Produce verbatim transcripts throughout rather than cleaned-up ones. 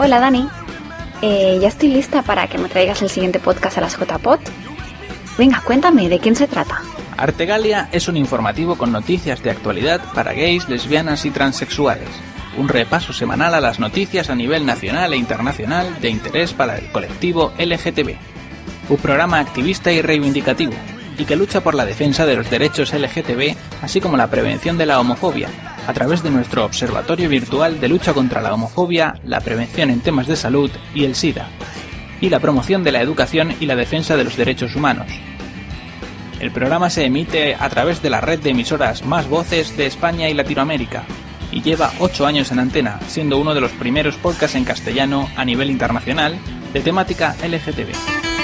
Hola Dani, eh, ya estoy lista para que me traigas el siguiente podcast a las J P O D. Venga, cuéntame, ¿de quién se trata? Artegalia es un informativo con noticias de actualidad para gays, lesbianas y transexuales. Un repaso semanal a las noticias a nivel nacional e internacional de interés para el colectivo L G T B. Un programa activista y reivindicativo, y que lucha por la defensa de los derechos L G T B, así como la prevención de la homofobia, a través de nuestro observatorio virtual de lucha contra la homofobia, la prevención en temas de salud y el SIDA, y la promoción de la educación y la defensa de los derechos humanos. El programa se emite a través de la red de emisoras Más Voces de España y Latinoamérica, y lleva ocho años en antena, siendo uno de los primeros podcasts en castellano a nivel internacional de temática L G T B.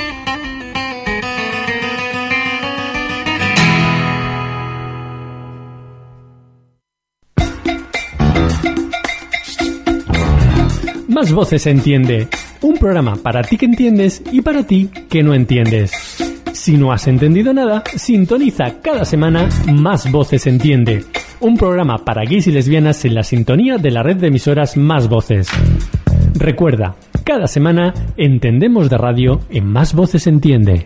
Más Voces Entiende, un programa para ti que entiendes y para ti que no entiendes. Si no has entendido nada, sintoniza cada semana Más Voces Entiende, un programa para gays y lesbianas en la sintonía de la red de emisoras Más Voces. Recuerda, cada semana entendemos de radio en Más Voces Entiende.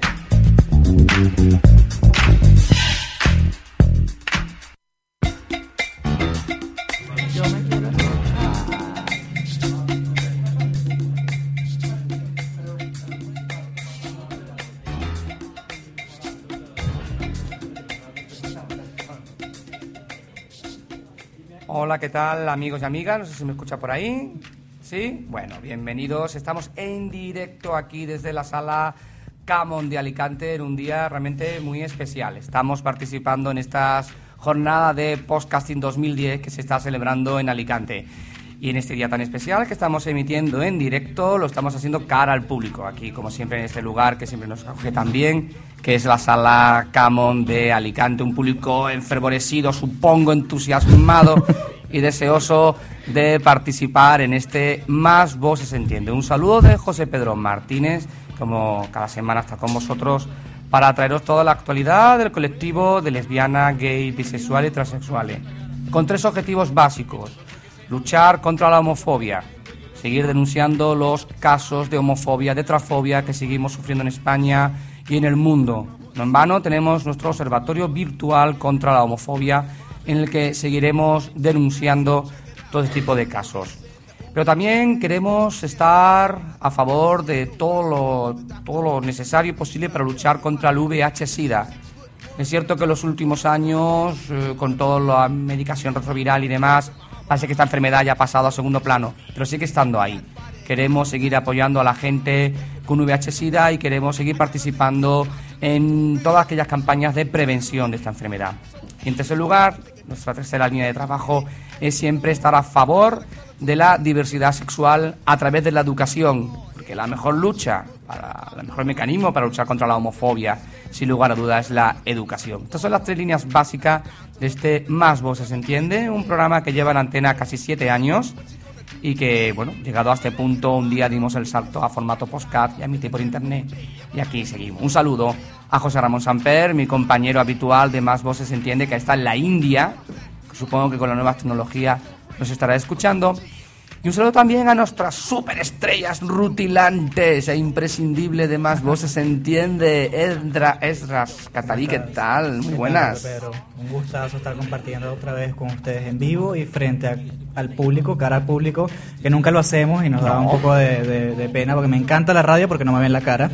Hola, ¿qué tal, amigos y amigas? No sé si me escucha por ahí. ¿Sí? Bueno, bienvenidos. Estamos en directo aquí desde la sala Camon de Alicante en un día realmente muy especial. Estamos participando en esta jornada de Podcasting dos mil diez que se está celebrando en Alicante. Y en este día tan especial que estamos emitiendo en directo, lo estamos haciendo cara al público. Aquí, como siempre, en este lugar que siempre nos acoge tan bien, que es la sala Camon de Alicante. Un público enfervorecido, supongo, entusiasmado y deseoso de participar en este Más Voces Entiende. Un saludo de José Pedro Martínez, como cada semana está con vosotros, para traeros toda la actualidad del colectivo de lesbianas, gays, bisexuales y transexuales, con tres objetivos básicos: luchar contra la homofobia, seguir denunciando los casos de homofobia, de transfobia que seguimos sufriendo en España y en el mundo. No en vano tenemos nuestro observatorio virtual contra la homofobia, en el que seguiremos denunciando todo este tipo de casos. Pero también queremos estar a favor de todo lo, todo lo necesario y posible para luchar contra el V I H SIDA. Es cierto que en los últimos años, eh, con toda la medicación retroviral y demás, parece que esta enfermedad ya ha pasado a segundo plano, pero sigue estando ahí. Queremos seguir apoyando a la gente con V I H SIDA y queremos seguir participando en todas aquellas campañas de prevención de esta enfermedad. Y en tercer lugar, nuestra tercera línea de trabajo es siempre estar a favor de la diversidad sexual a través de la educación, porque la mejor lucha, para, el mejor mecanismo para luchar contra la homofobia, sin lugar a dudas, es la educación. Estas son las tres líneas básicas de este Más Voces Entiende, un programa que lleva en antena casi siete años y que, bueno, llegado a este punto, un día dimos el salto a formato podcast y a emitir por internet, y aquí seguimos. Un saludo a José Ramón Samper, mi compañero habitual de Más Voces Entiende, que está en la India, que supongo que con las nuevas tecnologías nos estará escuchando. Y un saludo también a nuestras superestrellas rutilantes e imprescindibles de Más Voces Entiende, Edra, Esdras, Catalí, ¿qué tal? Muy buenas. Pero un gustazo estar compartiendo otra vez con ustedes en vivo y frente a, al público, cara al público, que nunca lo hacemos y nos no. da un poco de, de, de pena, porque me encanta la radio porque no me ven la cara,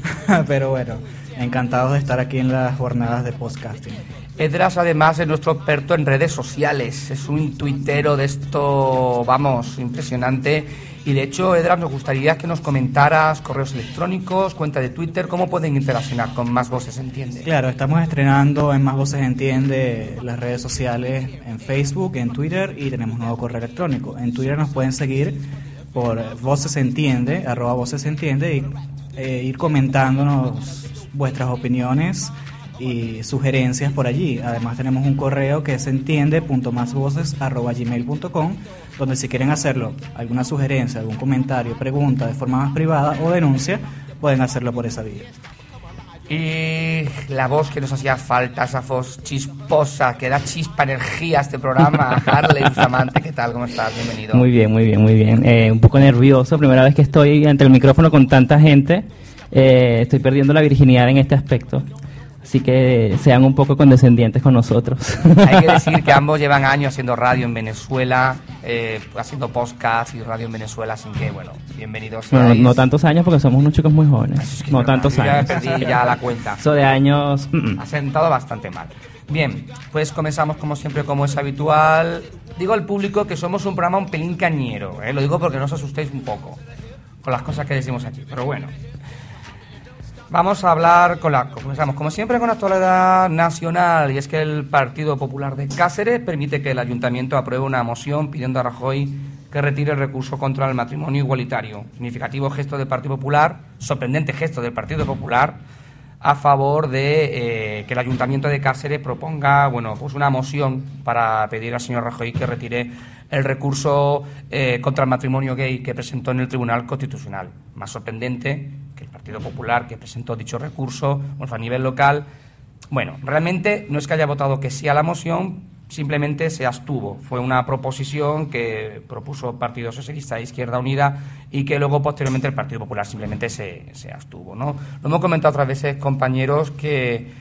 pero bueno, encantados de estar aquí en las jornadas de podcasting. Edras, además, es nuestro experto en redes sociales, es un tuitero de esto, vamos, impresionante. Y de hecho, Edras, nos gustaría que nos comentaras correos electrónicos, cuenta de Twitter, cómo pueden interaccionar con Más Voces Entiende. Claro, estamos estrenando en Más Voces Entiende las redes sociales en Facebook, en Twitter, y tenemos nuevo correo electrónico. En Twitter nos pueden seguir por Voces Entiende, arroba Voces Entiende, y eh, ir comentándonos vuestras opiniones y sugerencias por allí. Además tenemos un correo que es entiende punto más voces arroba gmail punto com, donde si quieren hacerlo, alguna sugerencia, algún comentario, pregunta de forma más privada o denuncia, pueden hacerlo por esa vía. Y la voz que nos hacía falta, esa voz chisposa, que da chispa, energía a este programa. Harley Bustamante, ¿qué tal? ¿Cómo estás? Bienvenido. Muy bien, muy bien, muy bien. Eh, un poco nervioso, primera vez que estoy ante el micrófono con tanta gente. Eh, estoy perdiendo la virginidad en este aspecto. Así que sean un poco condescendientes con nosotros. Hay que decir que ambos llevan años haciendo radio en Venezuela, eh, haciendo podcast y radio en Venezuela, así que, bueno, bienvenidos. Bueno, no, no tantos años porque somos unos chicos muy jóvenes. Es que no verdad, tantos años. Ya perdí ya la cuenta. Eso de años... Mm-mm. Ha sentado bastante mal. Bien, pues comenzamos como siempre, como es habitual. Digo al público que somos un programa un pelín cañero, ¿eh? Lo digo porque no os asustéis un poco con las cosas que decimos aquí, pero bueno. Vamos a hablar, con la, comenzamos como siempre con la actualidad nacional, y es que el Partido Popular de Cáceres permite que el Ayuntamiento apruebe una moción pidiendo a Rajoy que retire el recurso contra el matrimonio igualitario. Significativo gesto del Partido Popular, sorprendente gesto del Partido Popular, a favor de eh, que el Ayuntamiento de Cáceres proponga, bueno, pues una moción para pedir al señor Rajoy que retire el recurso eh, contra el matrimonio gay que presentó en el Tribunal Constitucional. Más sorprendente que el Partido Popular, que presentó dicho recurso, bueno, a nivel local. Bueno, realmente no es que haya votado que sí a la moción, simplemente se abstuvo. Fue una proposición que propuso el Partido Socialista e Izquierda Unida y que luego posteriormente el Partido Popular simplemente se, se abstuvo, ¿no? Lo hemos comentado otras veces, compañeros, que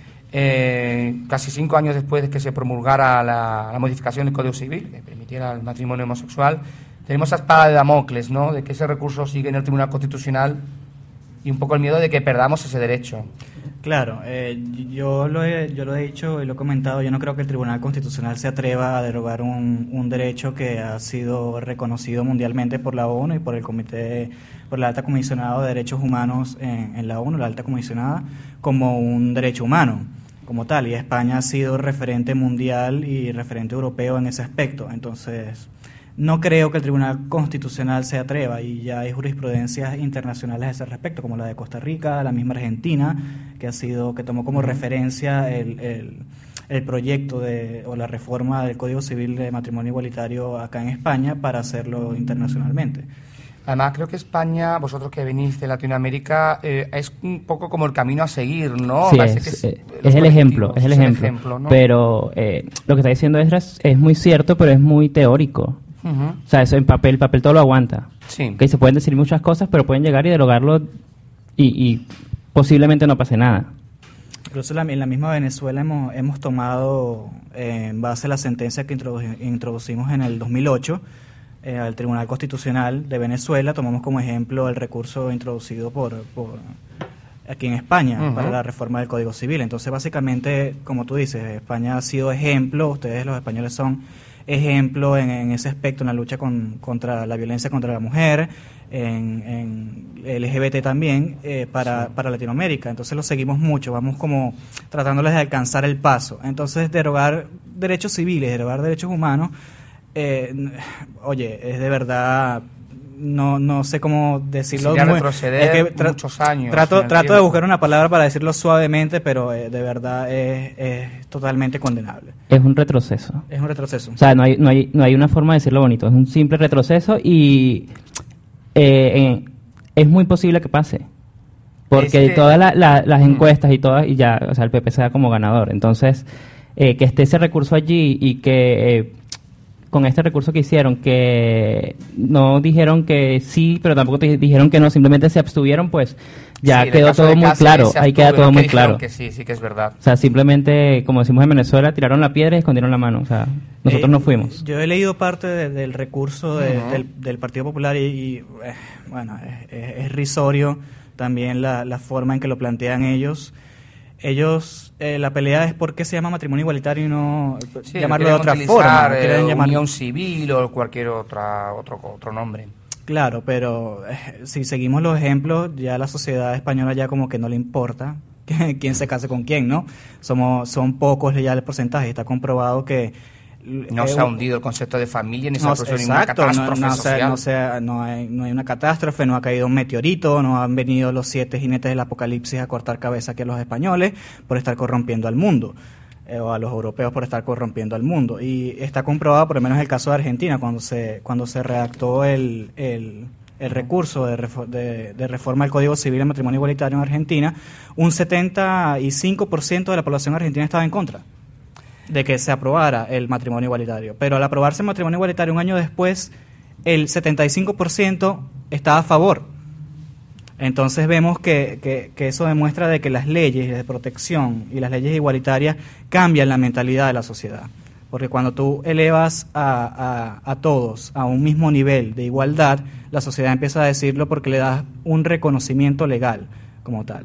eh, casi cinco años después de que se promulgara la, la modificación del Código Civil, que permitiera el matrimonio homosexual, tenemos esa espada de Damocles, ¿no?, de que ese recurso sigue en el Tribunal Constitucional y un poco el miedo de que perdamos ese derecho. Claro, eh, yo, lo he, yo lo he dicho y lo he comentado, yo no creo que el Tribunal Constitucional se atreva a derogar un, un derecho que ha sido reconocido mundialmente por la ONU y por el Comité, por la Alta Comisionada de Derechos Humanos en, en la ONU, la Alta Comisionada, como un derecho humano, como tal, y España ha sido referente mundial y referente europeo en ese aspecto. Entonces, no creo que el Tribunal Constitucional se atreva, y ya hay jurisprudencias internacionales a ese respecto, como la de Costa Rica, la misma Argentina, que ha sido que tomó como referencia el, el, el proyecto de o la reforma del Código Civil de matrimonio igualitario acá en España para hacerlo internacionalmente. Además, creo que España, vosotros que venís de Latinoamérica, eh, es un poco como el camino a seguir, ¿no? Sí, es, que es, eh, es el ejemplo, es el ejemplo. Es el ejemplo, ¿no? Pero eh, lo que está diciendo Esdras es muy cierto, pero es muy teórico. Uh-huh. O sea, eso en papel, papel todo lo aguanta. Sí. Que se pueden decir muchas cosas, pero pueden llegar y derogarlo y, y posiblemente no pase nada. Incluso en la misma Venezuela hemos, hemos tomado, eh, en base a la sentencia que introdu- introducimos en el dos mil ocho, eh, al Tribunal Constitucional de Venezuela, tomamos como ejemplo el recurso introducido por, por aquí en España, uh-huh, para la reforma del Código Civil. Entonces, básicamente, como tú dices, España ha sido ejemplo, ustedes los españoles son ejemplo en, en ese aspecto, en la lucha con, contra la violencia contra la mujer, en, en L G B T también, eh, para, sí, para Latinoamérica. Entonces lo seguimos mucho, vamos como tratándoles de alcanzar el paso. Entonces, derogar derechos civiles, derogar derechos humanos, eh, oye, es de verdad... No no sé cómo decirlo. Sería muy, retroceder es que tra- muchos años. Trato trato de buscar una palabra para decirlo suavemente, pero eh, de verdad es, es totalmente condenable. Es un retroceso. Es un retroceso. O sea, no hay no hay no hay una forma de decirlo bonito. Es un simple retroceso y eh, eh, es muy posible que pase, porque es que todas la, la, las encuestas y todas y ya, o sea, el P P sea como ganador. Entonces, eh, que esté ese recurso allí y que eh, con este recurso que hicieron, que no dijeron que sí, pero tampoco te dijeron que no, simplemente se abstuvieron, pues ya sí, quedó todo muy claro, ahí queda todo muy claro. Que sí, sí que es verdad. O sea, simplemente, como decimos en Venezuela, tiraron la piedra y escondieron la mano, o sea, nosotros eh, no fuimos. Yo he leído parte de, del recurso de, uh-huh, del, del Partido Popular y, y eh, bueno, es, es, es risorio también la, la forma en que lo plantean ellos. Ellos, eh, la pelea es por qué se llama matrimonio igualitario y no sí, llamarlo de otra forma. Eh, quieren llamarlo unión civil o cualquier otra otro otro nombre. Claro, pero eh, si seguimos los ejemplos, ya la sociedad española ya como que no le importa que, quién se case con quién, ¿no? Somos son pocos ya el porcentaje. Está comprobado que no eh, se ha hundido el concepto de familia ni no, se ha producido ninguna catástrofe no, no, social. No, sea, no, hay, no hay una catástrofe, no ha caído un meteorito, no han venido los siete jinetes del apocalipsis a cortar cabeza aquí a los españoles por estar corrompiendo al mundo, eh, o a los europeos por estar corrompiendo al mundo. Y está comprobado, por lo menos el caso de Argentina, cuando se cuando se redactó el, el, el recurso de, refo- de, de reforma al Código Civil del matrimonio igualitario en Argentina, un setenta y cinco por ciento de la población argentina estaba en contra de que se aprobara el matrimonio igualitario. Pero al aprobarse el matrimonio igualitario un año después, el setenta y cinco por ciento estaba a favor. Entonces vemos que, que, que eso demuestra de que las leyes de protección y las leyes igualitarias cambian la mentalidad de la sociedad. Porque cuando tú elevas a, a, a todos a un mismo nivel de igualdad, la sociedad empieza a decirlo porque le das un reconocimiento legal como tal.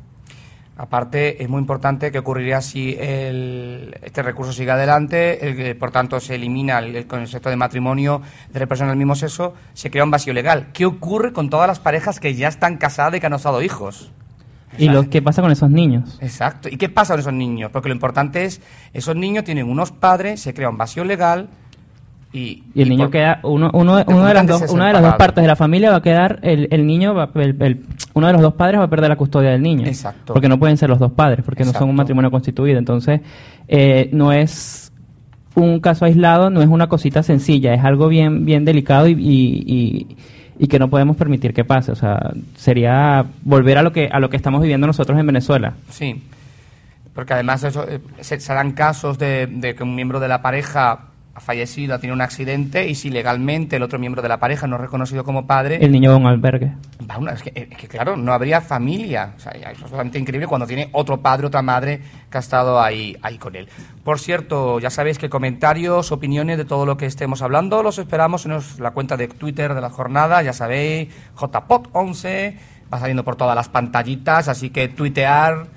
Aparte, es muy importante que ocurriría si el, este recurso sigue adelante, el, por tanto se elimina el, el concepto de matrimonio de personas del mismo sexo, se crea un vacío legal. ¿Qué ocurre con todas las parejas que ya están casadas y que han dado hijos? ¿Y lo, qué pasa con esos niños? Exacto. ¿Y qué pasa con esos niños? Porque lo importante es, esos niños tienen unos padres, se crea un vacío legal y... Y el y niño por, queda, uno, uno, uno de las dos, una de las dos partes de la familia va a quedar, el, el niño, va, el, el, uno de los dos padres va a perder la custodia del niño. Exacto. Porque no pueden ser los dos padres, porque Exacto. no son un matrimonio constituido. Entonces, eh, no es un caso aislado, no es una cosita sencilla, es algo bien, bien delicado y... y, y y que no podemos permitir que pase. O sea, sería volver a lo que a lo que estamos viviendo nosotros en Venezuela. Sí, porque además eso, eh, se, se dan casos de, de que un miembro de la pareja ha fallecido, ha tenido un accidente y si legalmente el otro miembro de la pareja no es reconocido como padre... El niño va a un albergue. Va una, es, que, es que claro, no habría familia. O sea, eso es totalmente increíble cuando tiene otro padre, otra madre que ha estado ahí, ahí con él. Por cierto, ya sabéis que comentarios, opiniones de todo lo que estemos hablando los esperamos en la cuenta de Twitter de la jornada, ya sabéis, J P O T once, va saliendo por todas las pantallitas, así que tuitear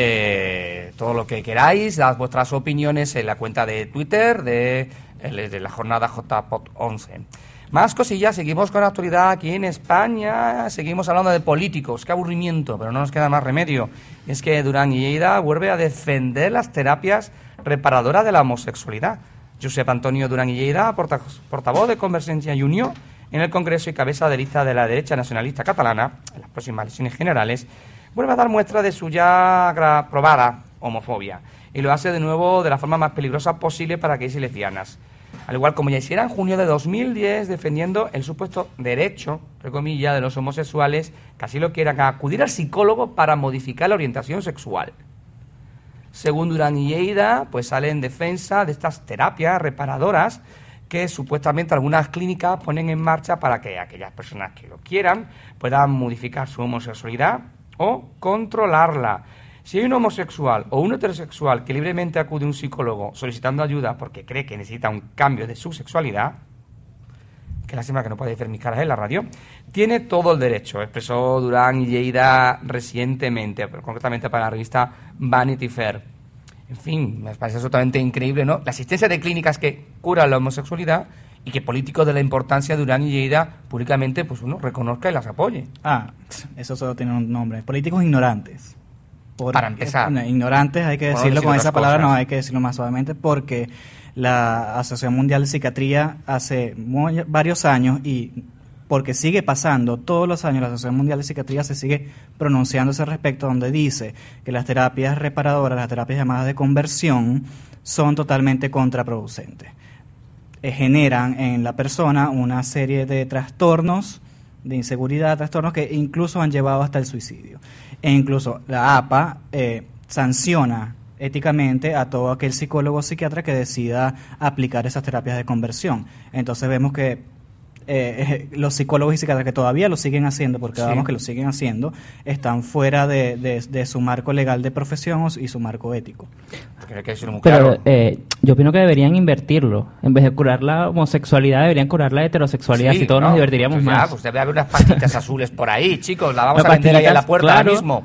eh, todo lo que queráis, dad vuestras opiniones en la cuenta de Twitter de... de la jornada J P O T once. Más cosillas, seguimos con la actualidad aquí en España, seguimos hablando de políticos, qué aburrimiento, pero no nos queda más remedio. Es que Durán y Lleida vuelve a defender las terapias reparadoras de la homosexualidad. Josep Antonio Durán y Lleida, porta, portavoz de Convergencia y Unió en el Congreso y cabeza de lista de la derecha nacionalista catalana, en las próximas elecciones generales, vuelve a dar muestra de su ya probada homofobia. Y lo hace de nuevo de la forma más peligrosa posible para gays y lesbianas. Al igual como ya hiciera en junio de dos mil diez, defendiendo el supuesto derecho, entre comillas, de los homosexuales, que así lo quieran, a acudir al psicólogo para modificar la orientación sexual. Según Durán y Lleida, pues sale en defensa de estas terapias reparadoras que supuestamente algunas clínicas ponen en marcha para que aquellas personas que lo quieran puedan modificar su homosexualidad o controlarla. Si hay un homosexual o un heterosexual que libremente acude a un psicólogo solicitando ayuda porque cree que necesita un cambio de su sexualidad, que lástima que no podéis ver mis caras en la radio, tiene todo el derecho, expresó Durán y Lleida recientemente, pero concretamente para la revista Vanity Fair. En fin, me parece absolutamente increíble, ¿no? La existencia de clínicas que curan la homosexualidad y que políticos de la importancia de Durán y Lleida públicamente, pues uno reconozca y las apoye. Ah, eso solo tiene un nombre. Políticos ignorantes. Por, Para empezar. Eh, ignorantes, hay que Por no decirlo decir con esa otras palabra, cosas. no hay que decirlo más suavemente, porque la Asociación Mundial de Psiquiatría hace muy, varios años, y porque sigue pasando, todos los años la Asociación Mundial de Psiquiatría se sigue pronunciando ese respecto, donde dice que las terapias reparadoras, las terapias llamadas de conversión, son totalmente contraproducentes. Eh, generan en la persona una serie de trastornos, de inseguridad, trastornos que incluso han llevado hasta el suicidio. E incluso la A P A eh, sanciona éticamente a todo aquel psicólogo o psiquiatra que decida aplicar esas terapias de conversión. Entonces vemos que eh, los psicólogos y psiquiatras que todavía lo siguen haciendo, porque Sí. vemos que lo siguen haciendo, están fuera de, de, de su marco legal de profesión y su marco ético. Porque hay que decirlo muy Pero claro. eh, yo opino que deberían invertirlo. En vez de curar la homosexualidad, deberían curar la heterosexualidad. Sí, si todos ¿no? nos divertiríamos Pues ya, más. pues debe haber unas pastillas azules por ahí, chicos. La vamos Las a vender ahí a la pastillitas, puerta claro. ahora mismo.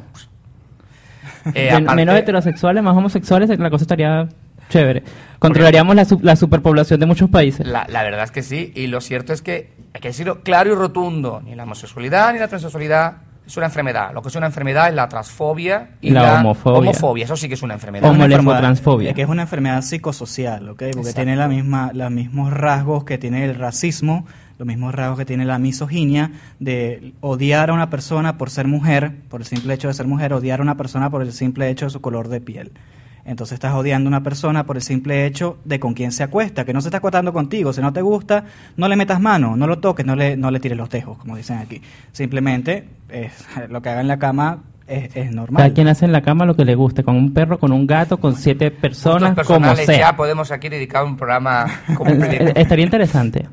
Eh, Men- aparte- Menos heterosexuales, más homosexuales, la cosa estaría chévere. Controlaríamos la, su- la superpoblación de muchos países. La, la verdad es que sí, y lo cierto es que hay que decirlo claro y rotundo, ni la homosexualidad ni la transexualidad es una enfermedad. Lo que es una enfermedad es la transfobia y La la, homofobia. homofobia. Eso sí que es una enfermedad. Homo- Una enfermedad, lesbotransfobia. eh, que es una enfermedad psicosocial, ¿ok? Porque Exacto. tiene la misma, los mismos rasgos que tiene el racismo, los mismos rasgos que tiene la misoginia, de odiar a una persona por ser mujer, por el simple hecho de ser mujer, odiar a una persona por el simple hecho de su color de piel. Entonces estás odiando a una persona por el simple hecho de con quién se acuesta, que no se está acostando contigo. Si no te gusta, no le metas mano, no lo toques, no le, no le tires los tejos, como dicen aquí. Simplemente es, lo que haga en la cama es, es normal. Cada quien hace en la cama lo que le guste, con un perro, con un gato, con siete personas, como sea. Ya podemos aquí dedicar un programa completo. Estaría interesante.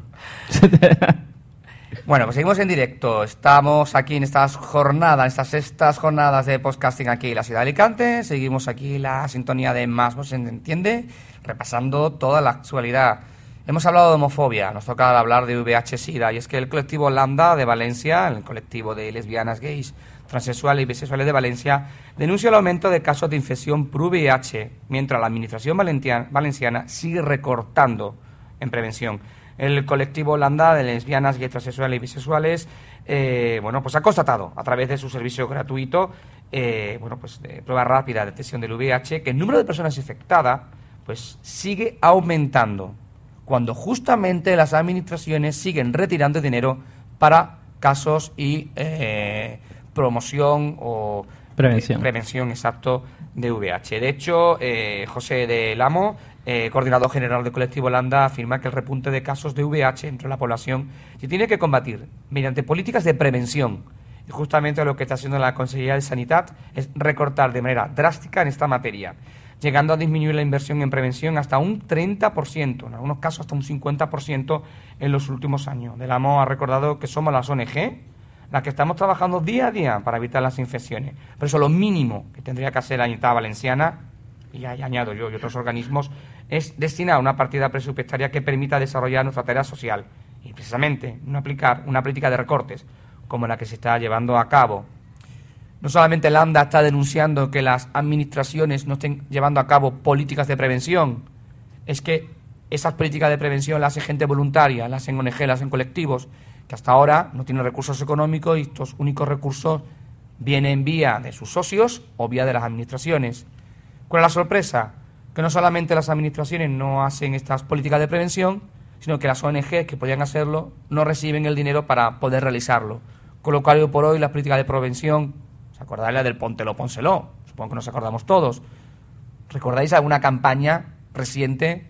Bueno, pues seguimos en directo. Estamos aquí en estas jornadas, en estas sextas jornadas de podcasting aquí en la ciudad de Alicante. Seguimos aquí la sintonía de Más Voz se Entiende, repasando toda la actualidad. Hemos hablado de homofobia, nos toca hablar de V I H-Sida, y es que el colectivo Lambda de Valencia, el colectivo de lesbianas, gays, transexuales y bisexuales de Valencia, denuncia el aumento de casos de infección por V I H, mientras la administración valenciana sigue recortando en prevención. El colectivo Lambda de lesbianas, gays, transexuales y bisexuales, eh, bueno, pues ha constatado a través de su servicio gratuito, eh, bueno, pues de prueba rápida de detección del V I H, que el número de personas infectadas, pues sigue aumentando, cuando justamente las administraciones siguen retirando dinero para casos y eh, promoción o prevención, eh, prevención exacto de V I H. De hecho, eh, José del Amo, Eh, coordinador general del colectivo Lambda, afirma que el repunte de casos de V I H entre la población se tiene que combatir mediante políticas de prevención. Y justamente lo que está haciendo la Consejería de Sanidad es recortar de manera drástica en esta materia, llegando a disminuir la inversión en prevención hasta un treinta por ciento, en algunos casos hasta un cincuenta por ciento en los últimos años. Del Amo ha recordado que somos las O N G las que estamos trabajando día a día para evitar las infecciones. Pero eso es lo mínimo que tendría que hacer la Unidad Valenciana, y ahí añado yo y otros organismos, es destinar una partida presupuestaria que permita desarrollar nuestra tarea social y precisamente no aplicar una política de recortes como la que se está llevando a cabo. No solamente Lambda está denunciando que las administraciones no estén llevando a cabo políticas de prevención, es que esas políticas de prevención las hace gente voluntaria, las hacen O N G, las hacen colectivos, que hasta ahora no tienen recursos económicos y estos únicos recursos vienen vía de sus socios o vía de las administraciones. ¿Cuál es la sorpresa? Que no solamente las administraciones no hacen estas políticas de prevención, sino que las O N G que podían hacerlo no reciben el dinero para poder realizarlo. Con lo cual, hoy por hoy, las políticas de prevención, ¿os acordáis la del Póntelo, Pónselo? Supongo que nos acordamos todos. ¿Recordáis alguna campaña reciente?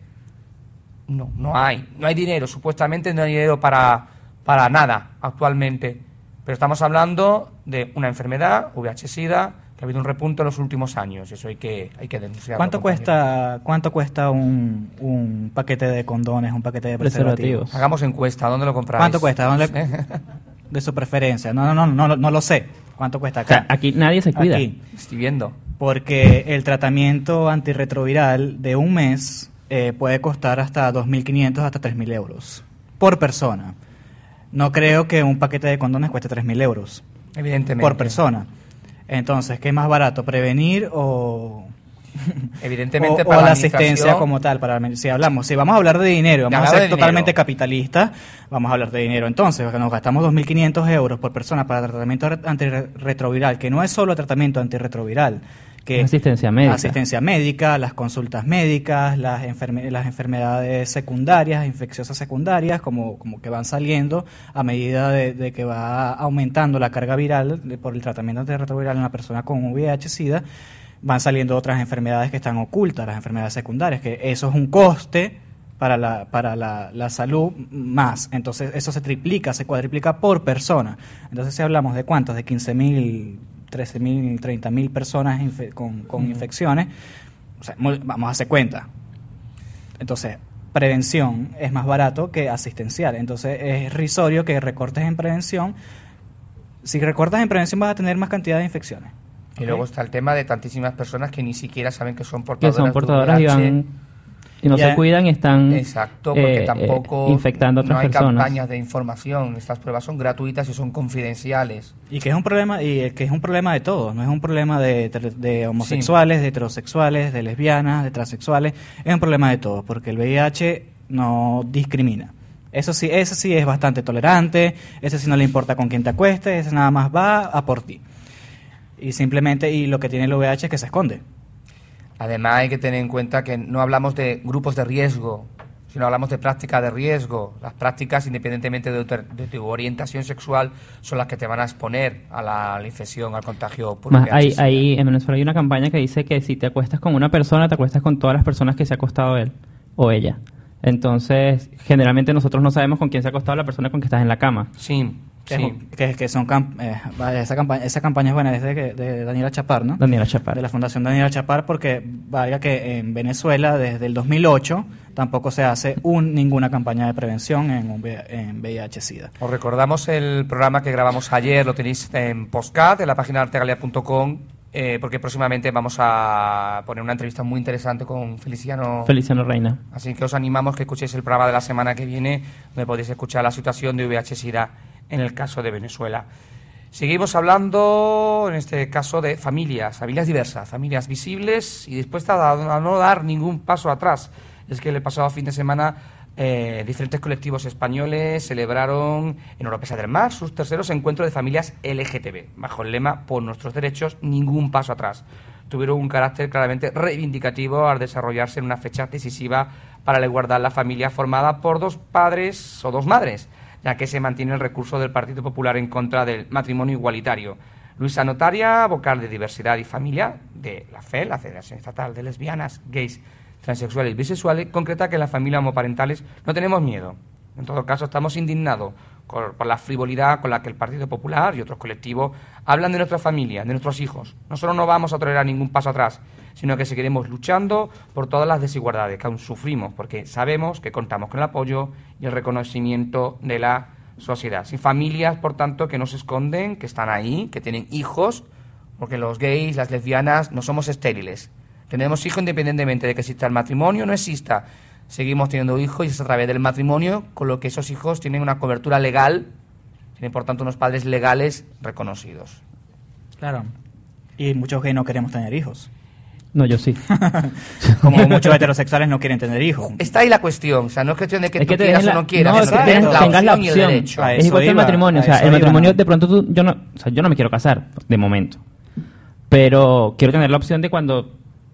No, no hay. No hay dinero, supuestamente no hay dinero para, para nada actualmente. Pero estamos hablando de una enfermedad, V I H-Sida, que ha habido un repunte en los últimos años, y eso hay que, hay que denunciarlo. ¿Cuánto cuesta, cuánto cuesta un, un paquete de condones, un paquete de preservativos? Hagamos encuesta, ¿dónde lo compráis? ¿Cuánto cuesta? ¿Dónde de su preferencia? No, no, no, no, no lo sé. ¿Cuánto cuesta acá? O sea, aquí nadie se cuida. Aquí. Estoy viendo. Porque el tratamiento antirretroviral de un mes eh, puede costar hasta dos mil quinientos hasta tres mil euros por persona. No creo que un paquete de condones cueste tres mil euros. Evidentemente. Por persona. Entonces, ¿qué es más barato? ¿Prevenir o, Evidentemente o, para o la la asistencia como tal? Para, si hablamos, si vamos a hablar de dinero, vamos a ser totalmente capitalistas, vamos a hablar de dinero. Entonces, nos gastamos dos mil quinientos euros por persona para tratamiento antirretroviral, que no es solo tratamiento antirretroviral, que asistencia médica. Asistencia médica, las consultas médicas, las, enferme, las enfermedades secundarias, infecciosas secundarias, como, como que van saliendo a medida de, de que va aumentando la carga viral de, por el tratamiento antirretroviral en una persona con V I H-Sida, van saliendo otras enfermedades que están ocultas, las enfermedades secundarias, que eso es un coste para la, para la, la salud más. Entonces, eso se triplica, se cuadriplica por persona. Entonces, si hablamos de cuántos, de quince mil, trece mil, treinta mil personas infe- con, con mm. infecciones, o sea, muy, vamos a hacer cuenta. Entonces, prevención es más barato que asistencial. Entonces, es irrisorio que recortes en prevención. Si recortas en prevención, vas a tener más cantidad de infecciones. Y ¿okay? Luego está el tema de tantísimas personas que ni siquiera saben que son portadoras, que son portadoras de y van... Y no ya. se cuidan y están Exacto, porque eh, tampoco eh, infectando a otras no hay personas. campañas de información. Estas pruebas son gratuitas y son confidenciales. Y que es un problema y que es un problema de todos. No es un problema de, de homosexuales, sí. de heterosexuales, de lesbianas, de transexuales. Es un problema de todos, porque el V I H no discrimina. Eso sí, ese sí es bastante tolerante. Ese sí no le importa con quién te acuestes. Ese nada más va a por ti. Y simplemente, y lo que tiene el V I H es que se esconde. Además hay que tener en cuenta que no hablamos de grupos de riesgo, Si no hablamos de prácticas de riesgo, las prácticas, independientemente de tu, de tu orientación sexual, son las que te van a exponer a la, a la infección, al contagio por Más, V I H hay, hay, en Venezuela hay una campaña que dice que si te acuestas con una persona, te acuestas con todas las personas que se ha acostado él o ella. Entonces, generalmente nosotros no sabemos con quién se ha acostado la persona con que estás en la cama. Sí, Que, sí. que, que son camp eh, vale, esa campaña esa campaña es buena, es de, que- de Daniela Chapar, ¿no? Daniela Chapar. De la Fundación Daniela Chapar, porque valga que en Venezuela desde el dos mil ocho tampoco se hace un, ninguna campaña de prevención en, un V- en V I H-Sida. Os recordamos el programa que grabamos ayer, lo tenéis en podcast, en la página artegalia punto com, eh, porque próximamente vamos a poner una entrevista muy interesante con Feliciano. Feliciano Reina. Así que os animamos que escuchéis el programa de la semana que viene, donde podéis escuchar la situación de V I H-Sida en el caso de Venezuela. Seguimos hablando, en este caso, de familias, familias diversas, familias visibles y dispuestas a, a no dar ningún paso atrás. Es que el pasado fin de semana eh, diferentes colectivos españoles celebraron en Oropesa del Mar sus terceros encuentros de familias L G T B, bajo el lema "Por nuestros derechos, ningún paso atrás". Tuvieron un carácter claramente reivindicativo al desarrollarse en una fecha decisiva para la igualdad en la familia formada por dos padres o dos madres, ya que se mantiene el recurso del Partido Popular en contra del matrimonio igualitario. Luisa Notaria, vocal de Diversidad y Familia de la F E, la Federación Estatal de Lesbianas, Gays, Transexuales y Bisexuales, concreta que en las familias homoparentales no tenemos miedo. En todo caso, estamos indignados por, por la frivolidad con la que el Partido Popular y otros colectivos hablan de nuestra familia, de nuestros hijos. Nosotros no vamos a tolerar ningún paso atrás, sino que seguiremos luchando por todas las desigualdades que aún sufrimos, porque sabemos que contamos con el apoyo y el reconocimiento de la sociedad. Sin familias, por tanto, que no se esconden, que están ahí, que tienen hijos, porque los gays, las lesbianas, no somos estériles. Tenemos hijos independientemente de que exista el matrimonio o no exista. Seguimos teniendo hijos y es a través del matrimonio, con lo que esos hijos tienen una cobertura legal, tienen por tanto unos padres legales reconocidos. Claro. Y muchos gays no queremos tener hijos. No, yo sí. Como muchos heterosexuales no quieren tener hijos. Está ahí la cuestión, o sea, no es cuestión de que Es tú que te quieras dejen o la- no quieras, no, es que que tengas- tienes la tengas la opción y el opción. derecho. A Es eso igual que el iba, matrimonio. a O sea, eso el iba, matrimonio, ¿no? de pronto tú, yo no, o sea, yo no me quiero casar, de momento. Pero quiero tener la opción de cuando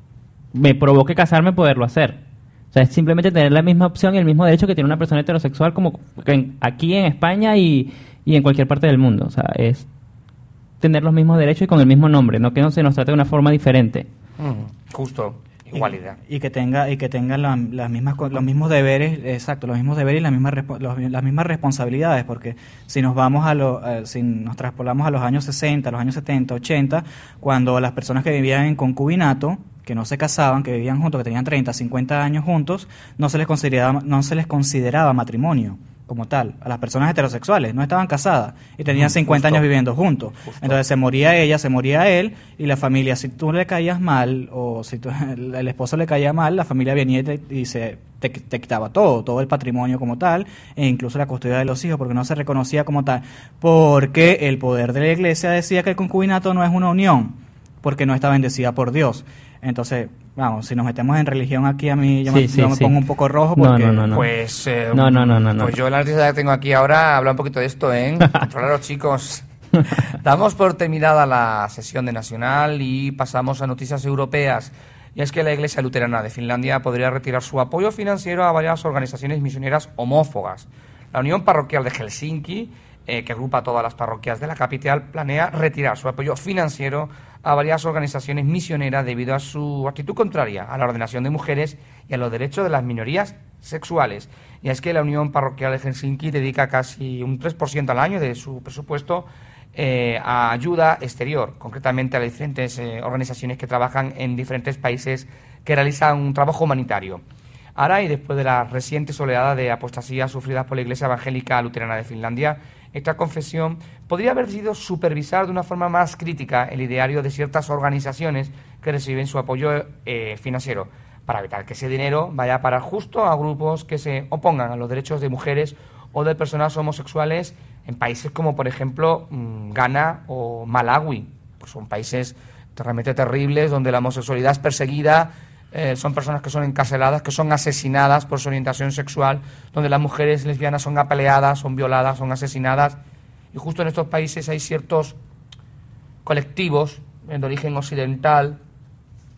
me provoque casarme, poderlo hacer. O sea, es simplemente tener la misma opción y el mismo derecho que tiene una persona heterosexual como en- aquí en España y, y en cualquier parte del mundo. O sea, es tener los mismos derechos y con el mismo nombre, no que no se nos trate de una forma diferente. Mm, justo, igualdad. Y, y que tenga y que tengan la- las mismas co- los mismos deberes, exacto, los mismos deberes y las mismas respo- los- las mismas responsabilidades, porque si nos vamos a lo, eh, si nos traspolamos a los años sesenta, a los años setenta, ochenta, cuando las personas que vivían en concubinato, que no se casaban, que vivían juntos, que tenían treinta, cincuenta años juntos, no se les consideraba no se les consideraba matrimonio como tal. A las personas heterosexuales no estaban casadas y tenían Ujú, cincuenta justo. años viviendo juntos. Justo. Entonces se moría ella, se moría él y la familia, si tú le caías mal o si tú- el, el esposo le caía mal, la familia venía y, te, y se te, te quitaba todo, todo el patrimonio como tal e incluso la custodia de los hijos porque no se reconocía como tal. Porque el poder de la iglesia decía que el concubinato no es una unión porque no está bendecida por Dios. Entonces, vamos, si nos metemos en religión aquí, a mí yo, Sí, me, sí, yo me sí. pongo un poco rojo No, porque... no, no, no. Pues, eh, No, no, no, no, no. pues yo la noticia que tengo aquí ahora habla un poquito de esto, ¿eh? Controlaros, chicos. Damos por terminada la sesión de Nacional y pasamos a noticias europeas. Y es que la Iglesia Luterana de Finlandia podría retirar su apoyo financiero a varias organizaciones misioneras homófobas. La Unión Parroquial de Helsinki, eh, que agrupa todas las parroquias de la capital, planea retirar su apoyo financiero a varias organizaciones misioneras debido a su actitud contraria a la ordenación de mujeres y a los derechos de las minorías sexuales. Y es que la Unión Parroquial de Helsinki dedica casi un tres por ciento al año de su presupuesto eh, a ayuda exterior, concretamente a las diferentes eh, organizaciones que trabajan en diferentes países que realizan un trabajo humanitario. Ahora, y después de la reciente oleada de apostasía sufrida por la Iglesia Evangélica Luterana de Finlandia, esta confesión podría haber decidido supervisar de una forma más crítica el ideario de ciertas organizaciones que reciben su apoyo eh, financiero, para evitar que ese dinero vaya a parar justo a grupos que se opongan a los derechos de mujeres o de personas homosexuales en países como, por ejemplo, mmm, Ghana o Malawi. Pues son países realmente terribles donde la homosexualidad es perseguida. Eh, son personas que son encarceladas, que son asesinadas por su orientación sexual, donde las mujeres lesbianas son apaleadas, son violadas, son asesinadas. Y justo en estos países hay ciertos colectivos de origen occidental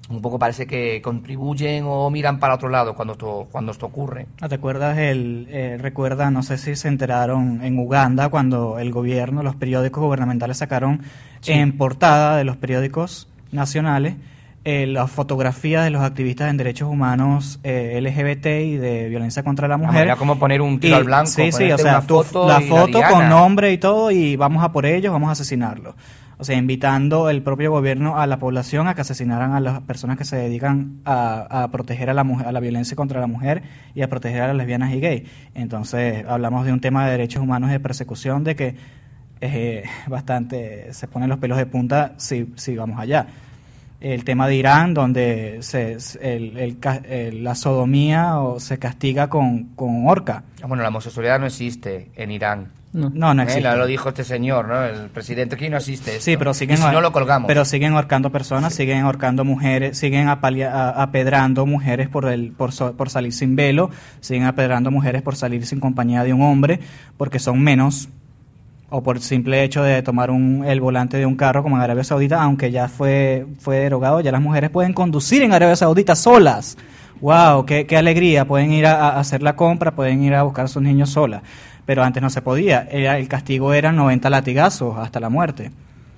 un poco parece que contribuyen o miran para otro lado cuando esto, cuando esto ocurre. ¿Te acuerdas el, eh, recuerda, no sé si se enteraron en Uganda cuando el gobierno, los periódicos gubernamentales sacaron sí. en portada de los periódicos nacionales eh, las fotografías de los activistas en derechos humanos eh, L G B T y de violencia contra la mujer? Era como poner un tiro y, al blanco, sí, sí, o sea, una foto la foto la con nombre y todo, y vamos a por ellos, vamos a asesinarlos. O sea, invitando el propio gobierno a la población a que asesinaran a las personas que se dedican a, a proteger a la mujer, a la violencia contra la mujer y a proteger a las lesbianas y gays. Entonces, hablamos de un tema de derechos humanos y de persecución de que eh, bastante se ponen los pelos de punta si, si vamos allá. El tema de Irán, donde se, el, el, el, la sodomía o se castiga con, con horca. Bueno, la homosexualidad no existe en Irán. No, no, no existe. Eh, lo dijo este señor, ¿no? El presidente aquí no existe esto. Sí, pero siguen, y si no lo colgamos. Pero siguen ahorcando personas, sí. siguen ahorcando mujeres, siguen apalia, a, apedrando mujeres por el por, so, por salir sin velo, siguen apedrando mujeres por salir sin compañía de un hombre, porque son menos, o por el simple hecho de tomar un, el volante de un carro como en Arabia Saudita, aunque ya fue fue derogado, ya las mujeres pueden conducir en Arabia Saudita solas. ¡Wow! ¡Qué, qué alegría! Pueden ir a, a hacer la compra, pueden ir a buscar a sus niños solas. Pero antes no se podía. Era, el castigo eran noventa latigazos hasta la muerte.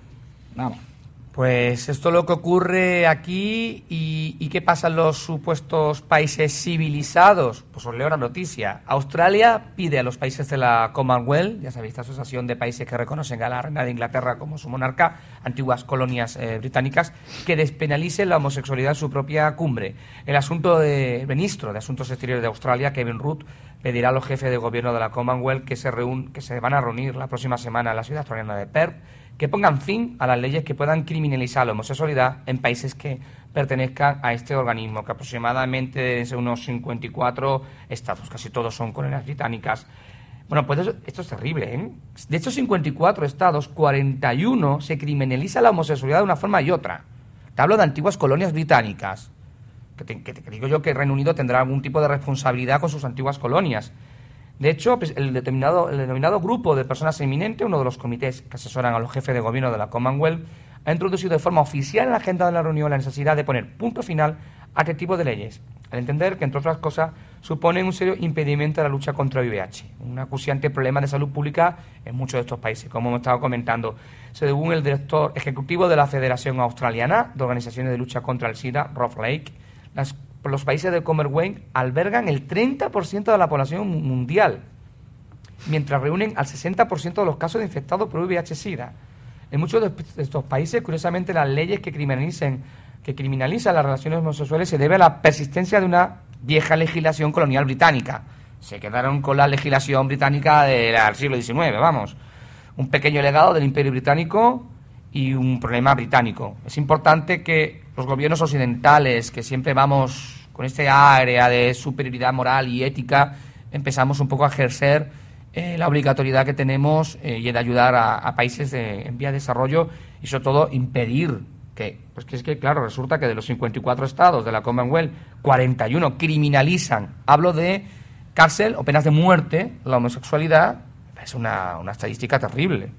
Vamos. Pues esto es lo que ocurre aquí. ¿Y, y qué pasa en los supuestos países civilizados? Pues os leo una noticia. Australia pide a los países de la Commonwealth, ya sabéis, esta asociación de países que reconocen a la reina de Inglaterra como su monarca, antiguas colonias eh, británicas, que despenalicen la homosexualidad en su propia cumbre. El asunto de el ministro de Asuntos Exteriores de Australia, Kevin Rudd, pedirá a los jefes de gobierno de la Commonwealth que se, reun, que se van a reunir la próxima semana en la ciudad australiana de Perth, que pongan fin a las leyes que puedan criminalizar la homosexualidad en países que pertenezcan a este organismo, que aproximadamente es unos cincuenta y cuatro estados, casi todos son colonias británicas. Bueno, pues eso, esto es terrible, ¿eh? De estos cincuenta y cuatro estados, cuarenta y uno se criminaliza la homosexualidad de una forma y otra. Te hablo de antiguas colonias británicas, que, te, que, te, que digo yo que el Reino Unido tendrá algún tipo de responsabilidad con sus antiguas colonias. De hecho, el determinado, el denominado grupo de personas eminentes, uno de los comités que asesoran a los jefes de gobierno de la Commonwealth, ha introducido de forma oficial en la agenda de la reunión la necesidad de poner punto final a este tipo de leyes, al entender que, entre otras cosas, suponen un serio impedimento a la lucha contra el V I H, un acuciante problema de salud pública en muchos de estos países, como hemos estado comentando. Según el director ejecutivo de la Federación Australiana de Organizaciones de Lucha contra el SIDA, Rob Lake, las los países de Commonwealth albergan el treinta por ciento de la población mundial, mientras reúnen al sesenta por ciento de los casos de infectados por V I H SIDA. En muchos de estos países, curiosamente, las leyes que criminalicen, que criminalizan las relaciones homosexuales se debe a la persistencia de una vieja legislación colonial británica. Se quedaron con la legislación británica del siglo diecinueve, vamos. Un pequeño legado del Imperio Británico y un problema británico. Es importante que los gobiernos occidentales, que siempre vamos con este área de superioridad moral y ética, empezamos un poco a ejercer eh, la obligatoriedad que tenemos eh, y de ayudar a, a países de, en vía de desarrollo y sobre todo impedir que, pues que es que claro, resulta que de los cincuenta y cuatro estados de la Commonwealth, cuarenta y uno criminalizan, hablo de cárcel o penas de muerte, la homosexualidad. Es una, una estadística terrible.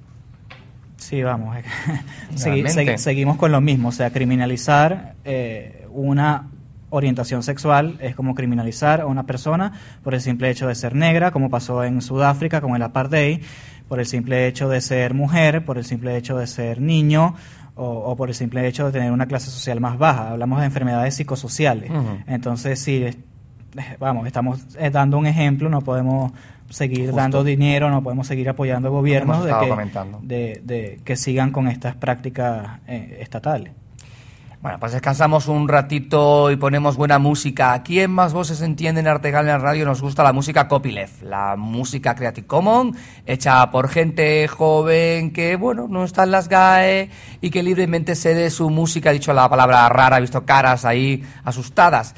Sí, vamos, segui, segui, seguimos con lo mismo, o sea, criminalizar eh, una orientación sexual es como criminalizar a una persona por el simple hecho de ser negra, como pasó en Sudáfrica con el apartheid, por el simple hecho de ser mujer, por el simple hecho de ser niño o, o por el simple hecho de tener una clase social más baja. Hablamos de enfermedades psicosociales. Uh-huh. Entonces, sí, vamos, estamos dando un ejemplo, no podemos seguir Justo. dando dinero, no podemos seguir apoyando gobiernos de que, de, de que sigan con estas prácticas eh, estatales. Bueno, pues descansamos un ratito y ponemos buena música. Aquí en Más Voces Entienden Artegal en la radio nos gusta la música copyleft, la música Creative Commons, hecha por gente joven que, bueno, no está en las G A E y que libremente cede su música, he dicho la palabra rara, he visto caras ahí asustadas,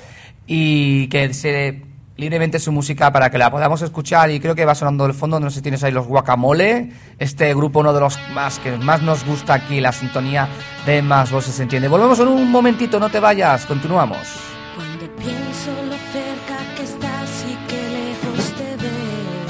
y que se libremente su música para que la podamos escuchar, y creo que va sonando del fondo, no sé si tienes ahí los Guacamole, este grupo, uno de los más que más nos gusta aquí, la sintonía de Más Voces Se Entiende. Volvemos en un momentito, no te vayas, continuamos. Cuando pienso lo cerca que estás y que lejos te veo,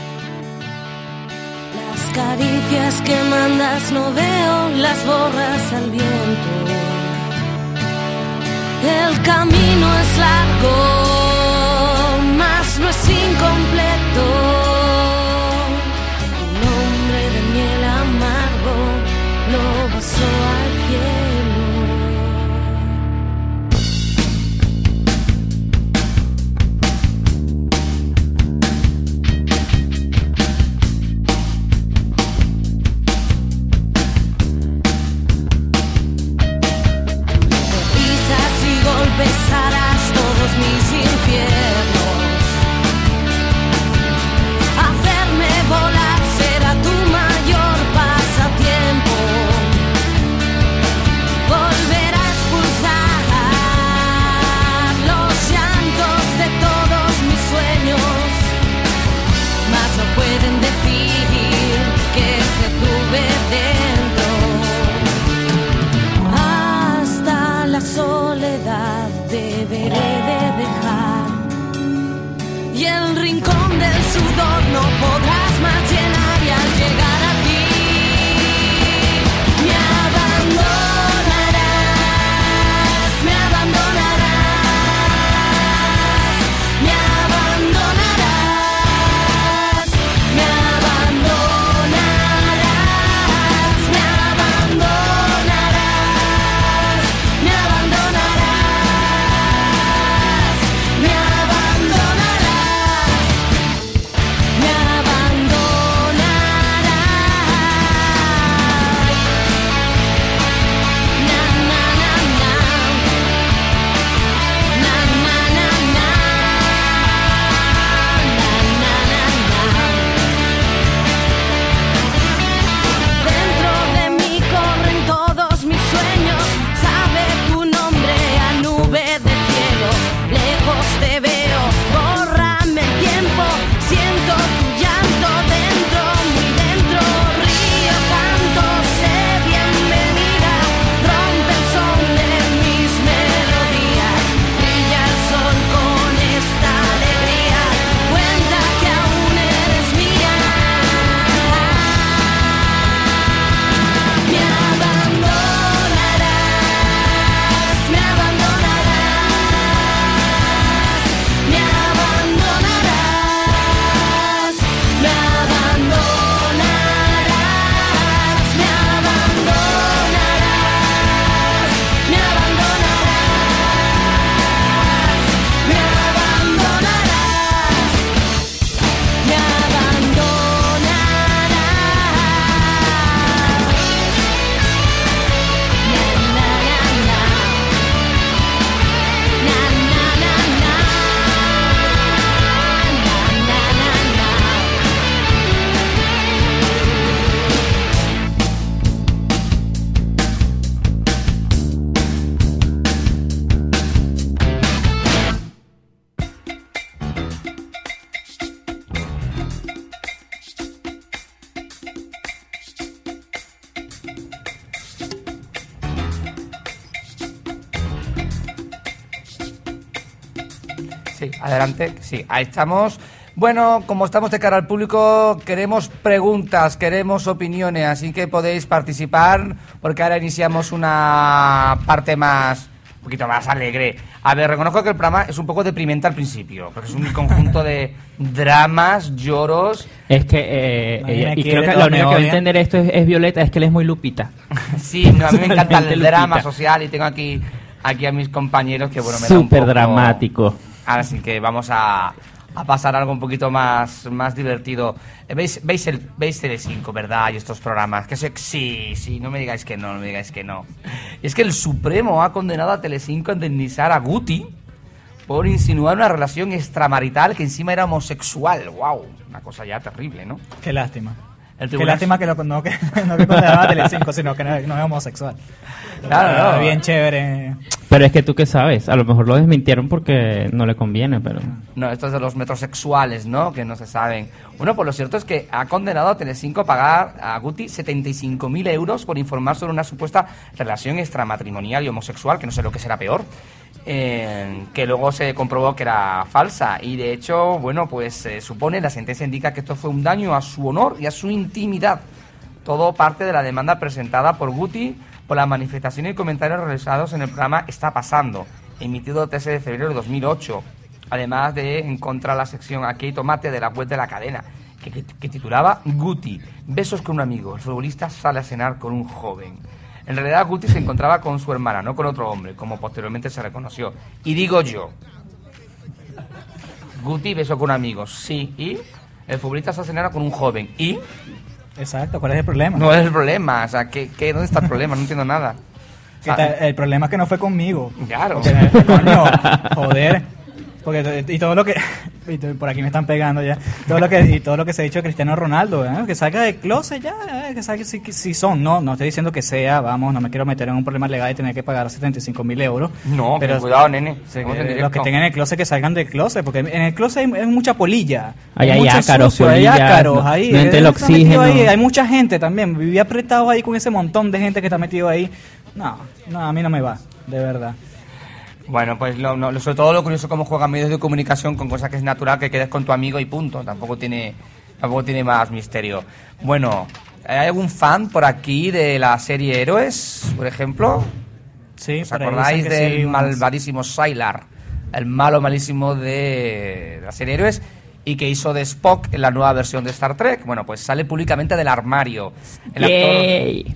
las caricias que mandas no veo, las borras al viento. El camino es largo, mas no es incompleto. Un hombre de miel amargo lo besó al cielo. Besarás todos mis infiernos. Hacerme volar será tu mayor pasatiempo. Volver a expulsar los llantos de todos mis sueños. Mas no pueden decir que te tuve dentro. Hasta la soledad deberé de dejar, y el rincón del sudor no podrás más llenar, y al llegar a ti me abandonarás, me abandonarás, me abandonarás, me abandonarás, me abandonarás, me abandonarás. Me abandonarás, me Sí, adelante. Sí, ahí estamos. Bueno, como estamos de cara al público, queremos preguntas, queremos opiniones, así que podéis participar, porque ahora iniciamos una parte más, un poquito más alegre. A ver, reconozco que el programa es un poco deprimente al principio, porque es un conjunto de dramas, lloros. Es que, eh, No, ella- me y quiere, creo que todo la me única que va a odia. entender esto es, es Violeta, es que él es muy Lupita. Sí, no, a mí me encanta el Totalmente drama Lupita. social y tengo aquí, aquí a mis compañeros que, bueno, me da un Súper poco- dramático. Así que vamos a, a pasar a algo un poquito más, más divertido. Eh, ¿Veis, veis, el, veis Telecinco, ¿verdad? Y estos programas. Que se, sí, sí, no me digáis que no, no me digáis que no. Y es que el Supremo ha condenado a Telecinco a indemnizar a Guti por insinuar una relación extramarital que encima era homosexual. ¡Wow! Una cosa ya terrible, ¿no? Qué lástima. El Qué tribunal- lástima que, lo, no, que no que condenaba a Telecinco, sino que no, no es homosexual. Claro, Ah, no. bien chévere. Pero es que tú qué sabes, a lo mejor lo desmintieron porque no le conviene, pero... No, estos de los metrosexuales, ¿no? Que no se saben. Bueno, pues lo cierto es que ha condenado a Telecinco a pagar a Guti setenta y cinco mil euros por informar sobre una supuesta relación extramatrimonial y homosexual, que no sé lo que será peor, eh, que luego se comprobó que era falsa. Y de hecho, bueno, pues se supone, la sentencia indica que esto fue un daño a su honor y a su intimidad. Todo parte de la demanda presentada por Guti por las manifestaciones y comentarios realizados en el programa Está Pasando. emitido el trece de febrero de dos mil ocho, además de encontrar la sección Aquí hay tomate de la web de la cadena, que, que, que titulaba Guti, besos con un amigo, el futbolista sale a cenar con un joven. En realidad Guti se encontraba con su hermana, no con otro hombre, como posteriormente se reconoció. Y digo yo, Guti beso con amigos, sí, y el futbolista se cenar con un joven, y... Exacto, ¿cuál es el problema? No es el problema, o sea, ¿qué, qué, ¿dónde está el problema? No entiendo nada. O sea, el problema es que no fue conmigo. Claro. Porque, coño, joder. Porque y todo lo que y por aquí me están pegando ya. Todo lo que y todo lo que se ha dicho de Cristiano Ronaldo, ¿eh? Que salga de closet ya, ¿eh? Que salga si, si son, no, no estoy diciendo que sea, vamos, no me quiero meter en un problema legal y tener que pagar setenta y cinco mil euros. No, pero cuidado, nene. Se, los que estén en el closet que salgan del closet, porque en el closet hay, hay mucha polilla. Ahí hay, hay mucho ácaros, sucio, polilla, hay ácaros, no, ahí, no entra el está oxígeno. Ahí, hay mucha gente también, vivía apretado ahí con ese montón de gente que está metido ahí. No, no, a mí no me va, de verdad. Bueno, pues lo, no, sobre todo lo curioso cómo juegan medios de comunicación con cosas que es natural que quedes con tu amigo y punto. Tampoco tiene, tampoco tiene más misterio. Bueno, ¿hay algún fan por aquí de la serie Héroes, por ejemplo? Sí, ¿Os acordáis del sí, malvadísimo Sylar? El malo malísimo de la serie Héroes y que hizo de Spock en la nueva versión de Star Trek. Bueno, pues sale públicamente del armario. El actor...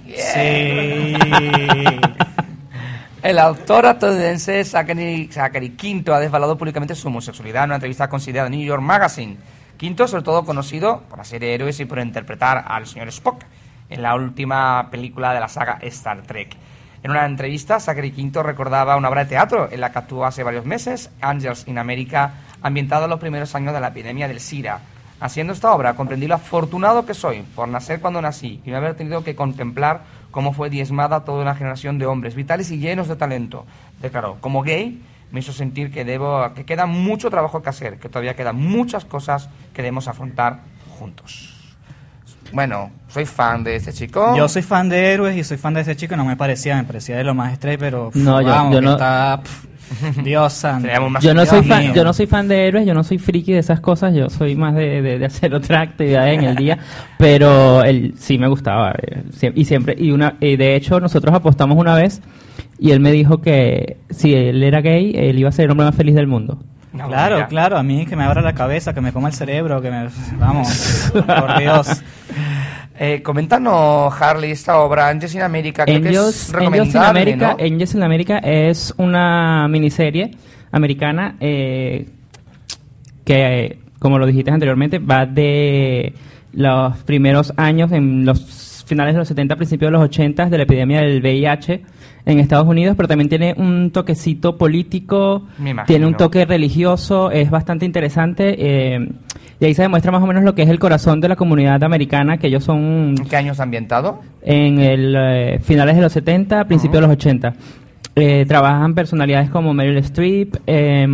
Sí. El autor estadounidense Zachary, Zachary Quinto ha desvelado públicamente su homosexualidad en una entrevista considerada New York Magazine. Quinto, sobre todo conocido por la serie Héroes y por interpretar al señor Spock en la última película de la saga Star Trek. En una entrevista, Zachary Quinto recordaba una obra de teatro en la que actuó hace varios meses, Angels in America, ambientada en los primeros años de la epidemia del SIDA. Haciendo esta obra, comprendí lo afortunado que soy por nacer cuando nací y no haber tenido que contemplar cómo fue diezmada toda una generación de hombres vitales y llenos de talento. Declaró, como gay, me hizo sentir que debo, que queda mucho trabajo que hacer, que todavía quedan muchas cosas que debemos afrontar juntos. Bueno, soy fan de este chico. Yo soy fan de Héroes y soy fan de ese chico. No me parecía, me parecía de lo más estrés, pero pff, no, yo, vamos, yo que no. Está, pff, Dios santo. Yo no soy fan, yo no soy fan de Héroes, yo no soy friki de esas cosas, yo soy más de, de, de hacer otra actividad en el día, pero él sí me gustaba eh, y siempre y una y de hecho nosotros apostamos una vez y él me dijo que si él era gay él iba a ser el hombre más feliz del mundo. No, claro, mira. Claro, a mí que me abra la cabeza, que me coma el cerebro, que me vamos, por Dios. Eh, coméntanos, Harley, esta obra, Angels in America, creo Angels, que es recomendable, Angels in America, ¿no? Angels in America es una miniserie americana eh, que, como lo dijiste anteriormente, va de los primeros años, en los finales de los setenta, principios de los ochenta, de la epidemia del V I H en Estados Unidos, pero también tiene un toquecito político, tiene un toque religioso, es bastante interesante, eh, y ahí se demuestra más o menos lo que es el corazón de la comunidad americana, que ellos son... ¿En qué años ambientado? En el eh, finales de los setenta, principios uh-huh. de los ochenta. Eh, trabajan personalidades como Meryl Streep, eh,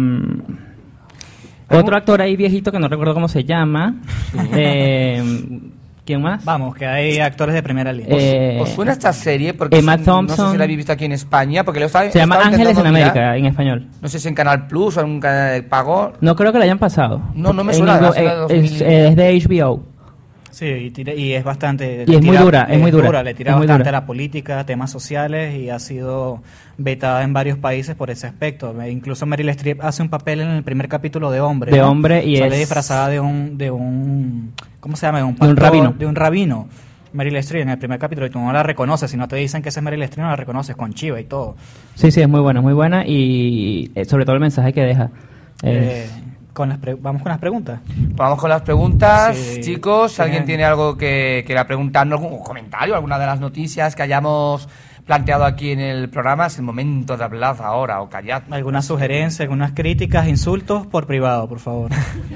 otro actor ahí viejito que no recuerdo cómo se llama, sí. eh, ¿quién más? Vamos, que hay actores de primera línea. Eh, ¿Os suena esta serie? Porque Emma es, Thompson. No sé si la habéis visto aquí en España. Porque lo estaba, se llama Ángeles en América, mirar. En español. No sé si en Canal Plus o en un canal de pago. No creo que la hayan pasado. No, no me suena. Ningún, eh, dos mil... es, es de H B O. Sí, y, tira, y es bastante... Y es muy dura, es muy dura. dura le tira bastante a la política, temas sociales, y ha sido vetada en varios países por ese aspecto. Incluso Meryl Streep hace un papel en el primer capítulo de Hombre. De ¿no? Hombre y Sale es... disfrazada de un... De un ¿cómo se llama? De un, pastor, de un rabino. De un rabino. Meryl Streep en el primer capítulo, y tú no la reconoces. Si no te dicen que esa es Meryl Streep, no la reconoces, con chiva y todo. Sí, sí, es muy buena, es muy buena, y eh, sobre todo el mensaje que deja. Eh, Con las pre- vamos con las preguntas. Vamos con las preguntas, sí, chicos. ¿Tiene... ¿Alguien tiene algo que quiera preguntarnos? ¿Algún comentario? ¿Alguna de las noticias que hayamos planteado aquí en el programa? Es el momento de hablar ahora o callad. ¿Alguna sugerencia, algunas críticas, insultos por privado, por favor?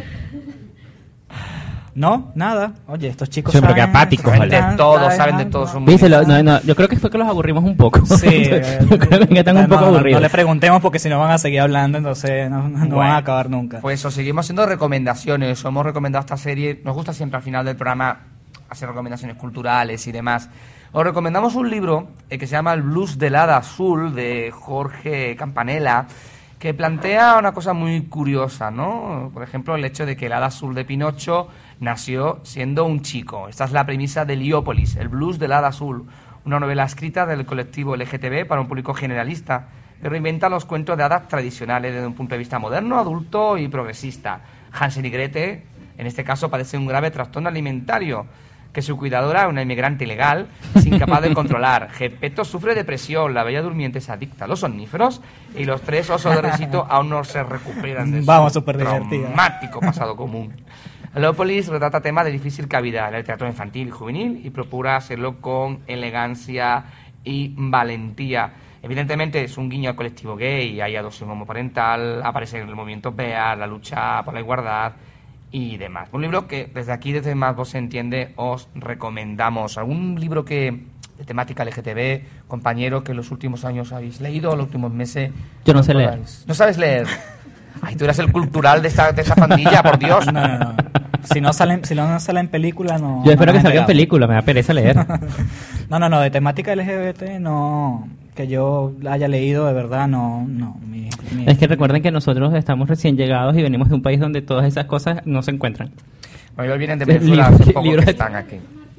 No, nada. Oye, estos chicos siempre saben, que apáticos, saben de todo, saben de todo. Son muy... Lo, no, no, yo creo que fue que los aburrimos un poco. Sí, yo creo que están no, un poco no, aburridos. No le preguntemos porque si no van a seguir hablando, entonces no, no bueno, van a acabar nunca. Pues os seguimos haciendo recomendaciones. Os hemos recomendado esta serie. Nos gusta siempre al final del programa hacer recomendaciones culturales y demás. Os recomendamos un libro eh, que se llama El blues del hada azul, de Jorge Campanella, que plantea una cosa muy curiosa, ¿no? Por ejemplo, el hecho de que el hada azul de Pinocho nació siendo un chico. Esta es la premisa de Heliópolis, el blues del hada azul, una novela escrita del colectivo L G T B para un público generalista, que reinventa los cuentos de hadas tradicionales desde un punto de vista moderno, adulto y progresista. Hansel y Gretel, en este caso, padece un grave trastorno alimentario que su cuidadora, una inmigrante ilegal, es incapaz de controlar. Gepetto sufre depresión, la Bella Durmiente es adicta a los somníferos y los tres osos de Resito aún no se recuperan de Vamos, su súper divertida. traumático pasado común. Leópolis retrata temas de difícil cabida en el teatro infantil y juvenil y procura hacerlo con elegancia y valentía. Evidentemente es un guiño al colectivo gay, hay adopción homoparental, aparece en el movimiento B E A, la lucha por la igualdad y demás. Un libro que desde aquí, desde Más Voz se Entiende, os recomendamos. ¿Algún libro que de temática L G T B, compañero, que en los últimos años habéis leído, los últimos meses? Yo no sé leer. ¿No sabes leer? Ay, tú eres el cultural de esta, de esta pandilla, por Dios. No, no, no. Si no salen, si no sale en película, no. Yo espero no que salga en entregamos. película, me da pereza leer. No, no, no, de temática L G B T no, que yo haya leído de verdad, no, no. Mi, mi- Es que recuerden que nosotros estamos recién llegados y venimos de un país donde todas esas cosas no se encuentran. Bueno, ellos vienen de El Venezuela, libro- hace poco libro que de- están aquí.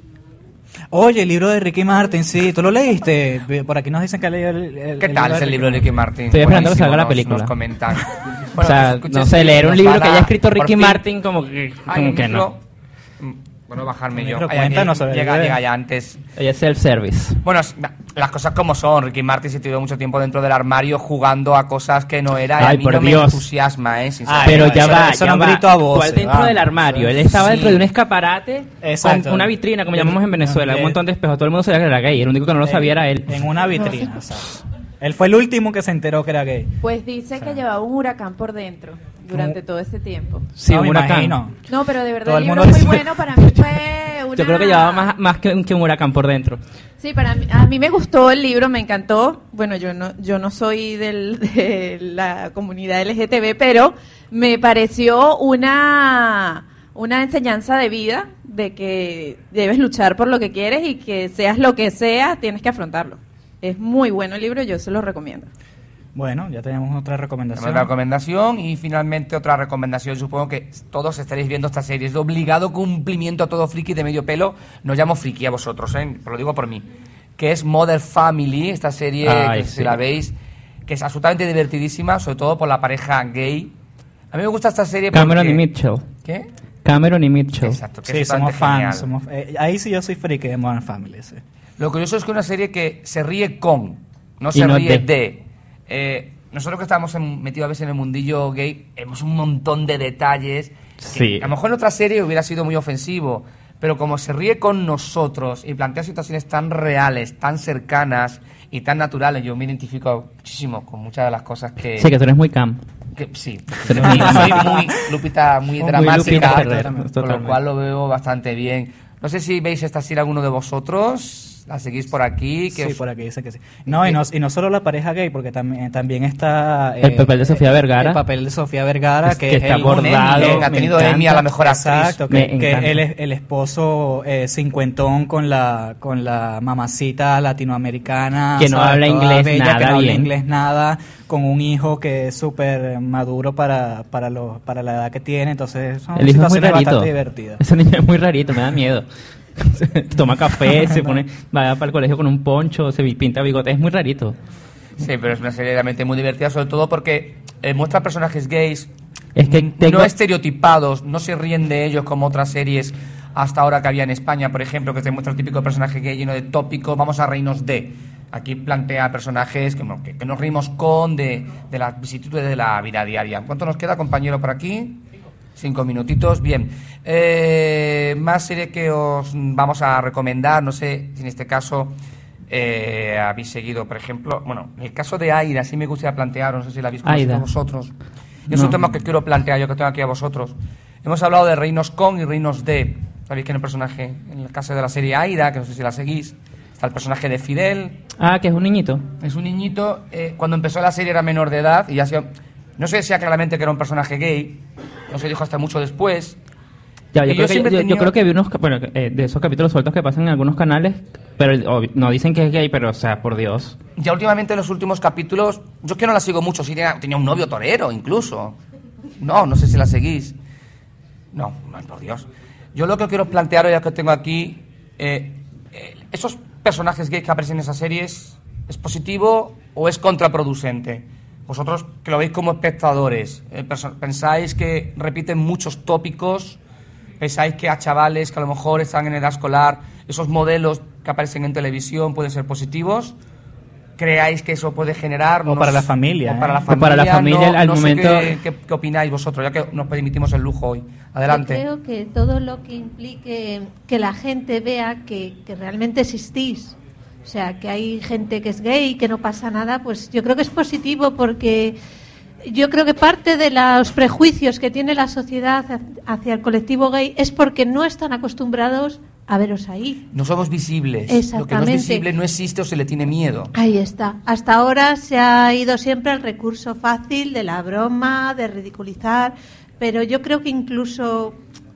Oye, el libro de Ricky Martin, sí, ¿tú lo leíste? Por aquí nos dicen que ha leído el, el ¿Qué tal es el libro de Ricky Martin? Estoy esperando que Buenísimo, salga la nos- película. Nos comentan. O sea, pues, no escuches, sé, sí, leer un nos libro van que a- haya escrito por Ricky fin- Martin como que, Ay, como el que no. micro. Mm, Bueno, bajarme El yo. micro, Ay, aquí cuéntanos sobre el llega, libro. llega ya antes. Ella es self-service. Bueno, es- las cosas como son. Ricky Martin se tiró mucho tiempo dentro del armario jugando a cosas que no era. Y Ay, a mí por no me Dios. entusiasma, ¿eh? Sinceramente. Pero no, ya eso- va, eso ya no va. grito a voces, ¿Cuál dentro va. del armario? Él estaba Sí. dentro de un escaparate Exacto. con una vitrina, como llamamos en Venezuela, Eh, un montón de espejos. Todo el mundo sabía que era gay, el único que no lo sabía era él. En una vitrina, o sea, él fue el último que se enteró que era gay. Pues dice que llevaba un huracán por dentro durante todo ese tiempo. Sí, No, un me huracán. imagino. No, pero de verdad Todo el el libro mundo es muy dice- bueno. Para mí fue una... Yo creo que llevaba más, más que, un- que un huracán por dentro. Sí, para mí, a mí me gustó el libro, me encantó. Bueno, yo no, yo no soy del, de la comunidad L G T B, pero me pareció una, una enseñanza de vida, de que debes luchar por lo que quieres y que seas lo que seas, tienes que afrontarlo. Es muy bueno el libro, yo se lo recomiendo. Bueno, ya tenemos otra Tenemos recomendación. otra recomendación y finalmente otra recomendación. Supongo que todos estaréis viendo esta serie. Es de obligado cumplimiento a todo friki de medio pelo. No llamo friki a vosotros, ¿eh? Pero lo digo por mí. Que es Modern Family, esta serie, Ay, que sí. si la veis, que es absolutamente divertidísima, sobre todo por la pareja gay. A mí me gusta esta serie porque... Cameron y Mitchell. ¿Qué? Cameron y Mitchell. Exacto, que Sí, es somos absolutamente fans. genial. Somos, eh, ahí sí yo soy friki de Modern Family, sí. Lo curioso es que una serie que se ríe con, no Y se no ríe de. de. Eh, nosotros que estamos en- metidos a veces en el mundillo gay, hemos un montón de detalles. que Sí. a lo mejor en otra serie hubiera sido muy ofensivo, pero como se ríe con nosotros y plantea situaciones tan reales, tan cercanas y tan naturales, yo me identifico muchísimo con muchas de las cosas que... Sí, que tú eres muy cam. que- sí, Tú eres soy muy- muy Lupita, muy Muy dramática, Lupita Ferrer, con lo totalmente. cual lo veo bastante bien. No sé si veis esta serie alguno de vosotros, la seguís por aquí. Que Sí, os- por aquí dice que sí. No, y no, y no solo la pareja gay, porque también, también está... El papel de Sofía Vergara. El papel de Sofía Vergara, Es que, que es está el, bordado. Un Emmy, ha me tenido encanta. Emmy a la mejor actriz. Exacto, Me que, que encanta. él es el esposo eh, cincuentón con la con la mamacita latinoamericana. Que no ¿sabes? habla Toda inglés bella, nada que no habla bien. inglés nada, con un hijo que es súper maduro para, para, los, para la edad que tiene, entonces son El hijo es muy situaciones rarito. bastante divertidas. Ese niño es muy rarito, me da miedo. Toma café, se pone, va para el colegio con un poncho, se pinta bigote, es muy rarito. Sí, pero es una serie realmente muy divertida, sobre todo porque eh, muestra personajes gays Es que n- tengo- no estereotipados, no se ríen de ellos como otras series hasta ahora que había en España, por ejemplo, que te muestra el típico personaje gay lleno de tópicos, vamos a reírnos de. Aquí plantea personajes que, no- que, que nos reímos con de, de las vicisitudes de la vida diaria. ¿Cuánto nos queda, compañero, por aquí? Cinco minutitos, bien. Eh, más serie que os vamos a recomendar, no sé si en este caso eh, habéis seguido, por ejemplo, bueno, en el caso de Aida, sí me gustaría plantear, no sé si la habéis conocido Aida. vosotros. Y es No. un tema que quiero plantear yo que tengo aquí a vosotros. Hemos hablado de reinos con y reinos de. Sabéis que en el personaje, en el caso de la serie Aida, que no sé si la seguís, está el personaje de Fidel, Ah, que es un niñito. es un niñito, eh, cuando empezó la serie era menor de edad y ya se, no se decía claramente que era un personaje gay, no se dijo hasta mucho después. Ya, yo, Y creo yo que, siempre yo, he yo tenido- creo que vi unos, ca- bueno, eh, de esos capítulos sueltos que pasan en algunos canales, pero obvi- no dicen que es gay, pero o sea, por Dios. Ya últimamente en los últimos capítulos, yo es que no la sigo mucho, sí tenía, tenía un novio torero incluso. No, no sé si la seguís. No, no, por Dios. Yo lo que quiero plantear, ya que tengo aquí, eh, eh, esos personajes gays que aparecen en esas series, ¿Es positivo o es contraproducente? Vosotros que lo veis como espectadores, eh, ¿pensáis que repiten muchos tópicos? ¿Pensáis que a chavales que a lo mejor están en edad escolar, esos modelos que aparecen en televisión pueden ser positivos? ¿Creáis que eso puede generar? O para la familia. O para la ¿eh? familia, O para la familia no, al no momento... sé qué, qué, qué opináis vosotros, ya que nos permitimos el lujo hoy. Adelante. Yo creo que todo lo que implique que la gente vea que, que realmente existís, o sea, que hay gente que es gay y que no pasa nada, pues yo creo que es positivo, porque yo creo que parte de los prejuicios que tiene la sociedad hacia el colectivo gay es porque no están acostumbrados a veros ahí. No somos visibles. Exactamente. Lo que no es visible no existe o se le tiene miedo. Ahí está. Hasta ahora se ha ido siempre al recurso fácil de la broma, de ridiculizar, pero yo creo que incluso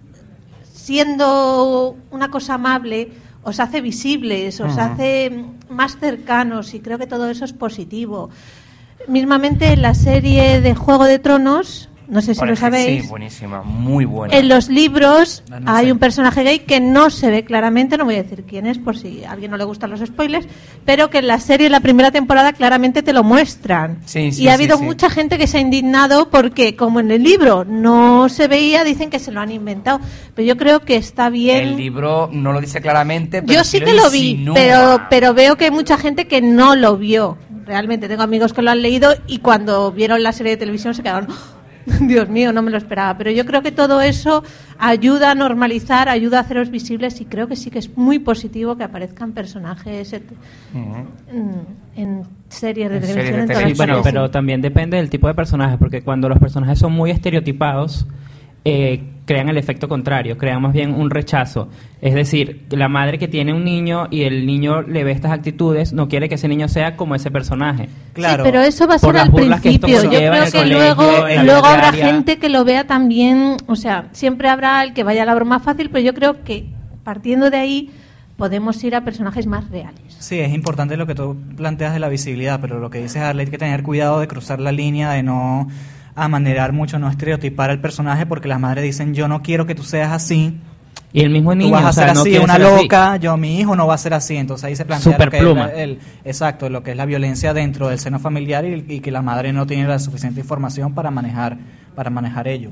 siendo una cosa amable os hace visibles, os uh-huh. hace más cercanos, y creo que todo eso es positivo. Mismamente en la serie de Juego de Tronos, no sé si Por lo ejemplo, sabéis. Sí, buenísima, muy buena. En los libros no, no hay sé. un personaje gay que no se ve claramente, no voy a decir quién es por si a alguien no le gustan los spoilers, pero que en la serie, en la primera temporada, claramente te lo muestran. Sí, sí, y ha sí, habido sí. mucha gente que se ha indignado porque, como en el libro no se veía, dicen que se lo han inventado. Pero yo creo que está bien. El libro no lo dice claramente, pero Yo sí que lo vi, insinúa. pero, pero veo que hay mucha gente que no lo vio. Realmente tengo amigos que lo han leído y cuando vieron la serie de televisión se quedaron... Dios mío, no me lo esperaba. Pero yo creo que todo eso ayuda a normalizar, ayuda a haceros visibles, y creo que sí que es muy positivo que aparezcan personajes et- Uh-huh. en, en series de En televisión. series de en todas Sí, televisión. bueno, partes. pero también depende del tipo de personaje, porque cuando los personajes son muy estereotipados, eh, crean el efecto contrario, crean más bien un rechazo. Es decir, la madre que tiene un niño y el niño le ve estas actitudes, no quiere que ese niño sea como ese personaje. Claro. Sí, pero eso va a Por ser las al burlas que esto principio. Yo conlleva en creo el que colegio, luego, en la luego vida habrá diaria. gente que lo vea también. O sea, siempre habrá el que vaya a la broma fácil, pero yo creo que partiendo de ahí podemos ir a personajes más reales. Sí, es importante lo que tú planteas de la visibilidad, pero lo que dices, Arley, hay que tener cuidado de cruzar la línea, de no amanerar mucho, no estereotipar al personaje, porque las madres dicen, yo no quiero que tú seas así. Y el mismo niño, Tú vas a o sea, ser no así, quiere una ser así. loca, yo, mi hijo no va a ser así. Entonces ahí se plantea lo que es Superpluma. la- el, exacto, lo que es la violencia dentro del seno familiar, y, y que la madre no tiene la suficiente información para manejar, para manejar ello.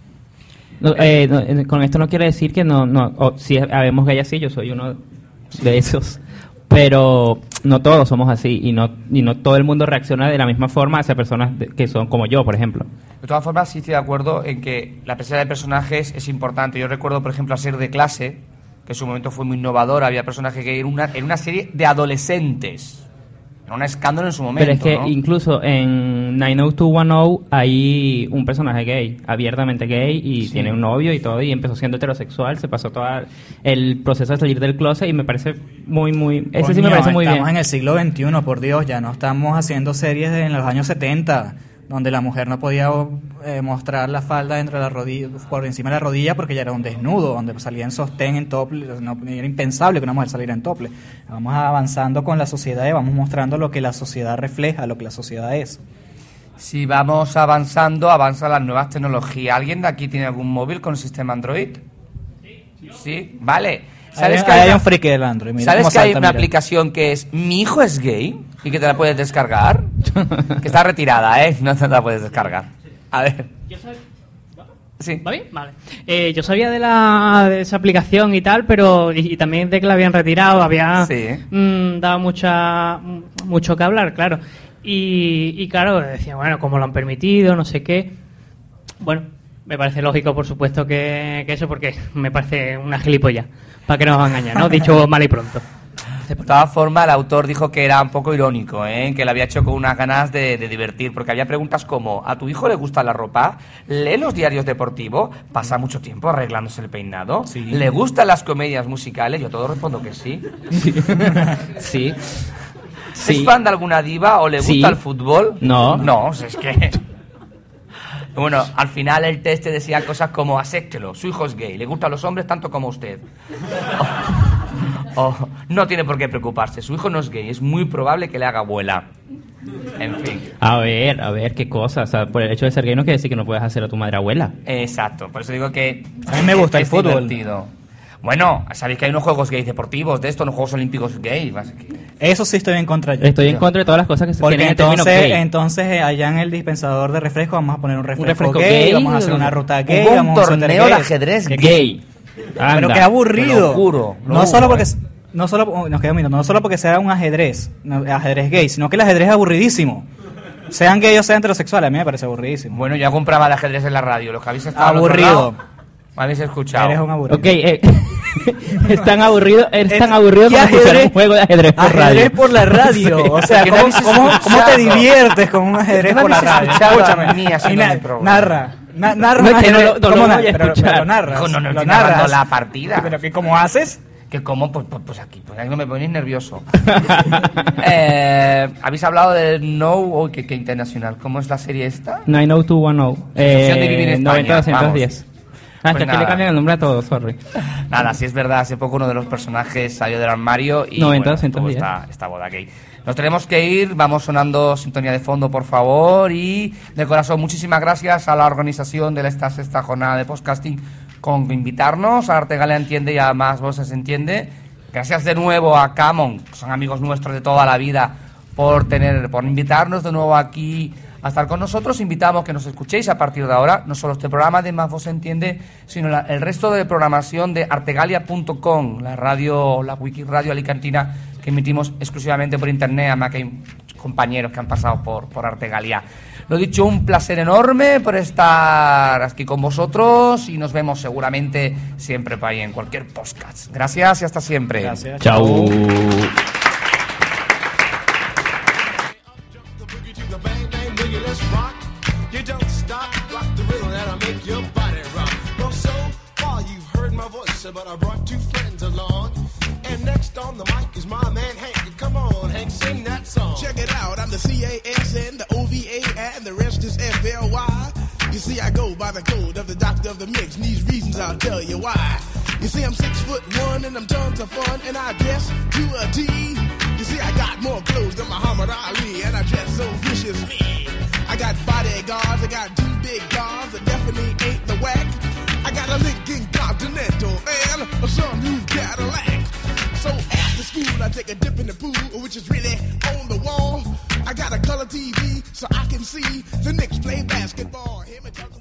No, eh, no, eh, con esto no quiere decir que no, no o, si habemos gay así, yo soy uno de esos, pero no todos somos así, y no y no todo el mundo reacciona de la misma forma hacia personas de- que son como yo, por ejemplo. De todas formas, sí estoy de acuerdo en que la presencia de personajes es importante. Yo recuerdo, por ejemplo, a Ser de Clase, que en su momento fue muy innovador. Había personajes que en una, en una serie de adolescentes. Era un escándalo en su momento, Pero es que ¿no? incluso en nueve oh dos one oh hay un personaje gay, abiertamente gay, y Sí. tiene un novio y todo, y empezó siendo heterosexual, se pasó todo el proceso de salir del closet, y me parece muy, muy... Ese sí me Coño, parece muy bien. estamos en el siglo veintiuno, por Dios, ya no estamos haciendo series de en los años setenta, donde la mujer no podía eh, mostrar la falda entre la rodilla, por encima de la rodilla, porque ya era un desnudo, donde salía en sostén, en tople, no, era impensable que una mujer saliera en tople. Vamos avanzando con la sociedad y vamos mostrando lo que la sociedad refleja, lo que la sociedad es. Si vamos avanzando, avanzan las nuevas tecnologías. ¿Alguien de aquí tiene algún móvil con sistema Android? Sí. ¿Sí? Vale. ¿Sabes ¿Sabes que hay un friki del Android? Mira ¿Sabes cómo que hay salta, una mira. aplicación que es Mi hijo es gay? Y que te la puedes descargar. Que está retirada, ¿eh? No te la puedes descargar. A ver. Yo sab- Sí. ¿Va bien? Vale. Eh, yo sabía de, la, de esa aplicación y tal, pero y, y también de que la habían retirado, había Sí. mm, dado mucha, mm, mucho que hablar, claro. Y, y claro, decía, bueno, como lo han permitido, no sé qué. Bueno, me parece lógico, por supuesto, que, que eso, porque me parece una gilipollas. ¿Para qué nos va a engañar, no? Dicho mal y pronto. De todas formas, el autor dijo que era un poco irónico, ¿eh? Que lo había hecho con unas ganas de, de divertir, porque había preguntas como, ¿a tu hijo le gusta la ropa? ¿Lee los diarios deportivos? ¿Pasa mucho tiempo arreglándose el peinado? Sí. ¿Le gustan las comedias musicales? Yo todo respondo que sí. Sí. ¿Es Sí. fan de alguna diva o le gusta Sí. el fútbol? No. No, si es que... Bueno, al final el test decía cosas como, acéptelo, su hijo es gay, le gustan los hombres tanto como usted. O, o, no tiene por qué preocuparse, su hijo no es gay, es muy probable que le haga abuela. En fin. A ver, a ver, qué cosa. O sea, por el hecho de ser gay no quiere decir que no puedes hacer a tu madre abuela. Exacto, por eso digo que... A mí me gusta el es fútbol. divertido. Bueno, sabéis que hay unos juegos gays deportivos, de estos, unos Juegos Olímpicos gays. Eso sí estoy en contra yo. Estoy en contra de todas las cosas que se Porque tienen en términos entonces, gay. entonces eh, allá en el dispensador de refresco vamos a poner un refresco, Un refresco gay, gay, vamos a hacer una ruta gay, Hubo un vamos a hacer torneo de gay. ajedrez Qué gay. Pero Anda. qué aburrido. Te lo juro, lo no juro, solo porque eh. no solo nos quedamos mirando, no solo porque sea un ajedrez, no, ajedrez gay, sino que el ajedrez es aburridísimo. Sean gay o sean heterosexuales, a mí me parece aburridísimo. Bueno, yo hago un programa de ajedrez en la radio. Los que habéis estado al otro Aburrido. lado, me habéis escuchado. Eres un aburrido. Ok, eh, es tan aburrido, es Es- tan aburrido y como escuchar ajedrez- un juego de ajedrez por Ajedrez radio. por la radio, Sí. o sea, Que no ¿cómo, habéis cómo- cómo te escuchado. diviertes con un ajedrez No por la habéis radio? escuchado a Escúchame, mí haciendo y na- mi programa. narra, na- narra No, un es que no ajedrez, lo- no lo ¿cómo na- voy a pero, escuchar. pero lo narras, Hijo, no, no lo estoy narrando narras. la partida. Pero que ¿cómo haces? Que como, pues, pues, pues aquí, pues ahí no me ponéis nervioso. eh, Habéis hablado de No, oh, que, que internacional. ¿Cómo es la serie esta? nueve cero dos uno cero. Sensación de vivir en Eh, España, noventa doscientos diez. Ah, Pues es que aquí nada. le cambian el nombre a todo, sorry. Nada, sí es verdad, hace poco uno de los personajes salió del armario y noventa, bueno, doscientos tuvo diez. esta, esta boda gay. Nos tenemos que ir, vamos sonando sintonía de fondo, por favor, y de corazón, muchísimas gracias a la organización de esta sexta jornada de podcasting con invitarnos, a Artegalia Entiende y a Más Voces Entiende. Gracias de nuevo a Camon, que son amigos nuestros de toda la vida, por tener, por invitarnos de nuevo aquí a estar con nosotros. Invitamos que nos escuchéis a partir de ahora, no solo este programa de Más Voz Entiende, sino la- el resto de programación de artegalia punto com, la radio, la wiki radio alicantina que emitimos exclusivamente por internet, además que hay compañeros que han pasado por, por Artegalia. Lo dicho, un placer enorme por estar aquí con vosotros y nos vemos seguramente siempre por ahí en cualquier podcast. Gracias y hasta siempre. Gracias. Chao. You don't stop, rock the rhythm that'll make your body rock. Well, so far you've heard my voice, but I brought two friends along. And next on the mic is my man Hank. Come on, Hank, sing that song. Check it out, I'm the C A S N, the O V A, and the rest is F L Y. You see, I go by the code of the doctor of the mix, and these reasons I'll tell you why. You see, I'm six foot one, and I'm tons of fun, and I dress to a T. You see, I got more clothes than Muhammad Ali, and I dress so viciously. I got bodyguards, I got two big cars that definitely ain't the whack. I got a Lincoln Continental and a some new Cadillac. So after school, I take a dip in the pool, which is really on the wall. I got a color T V so I can see the Knicks play basketball. Him and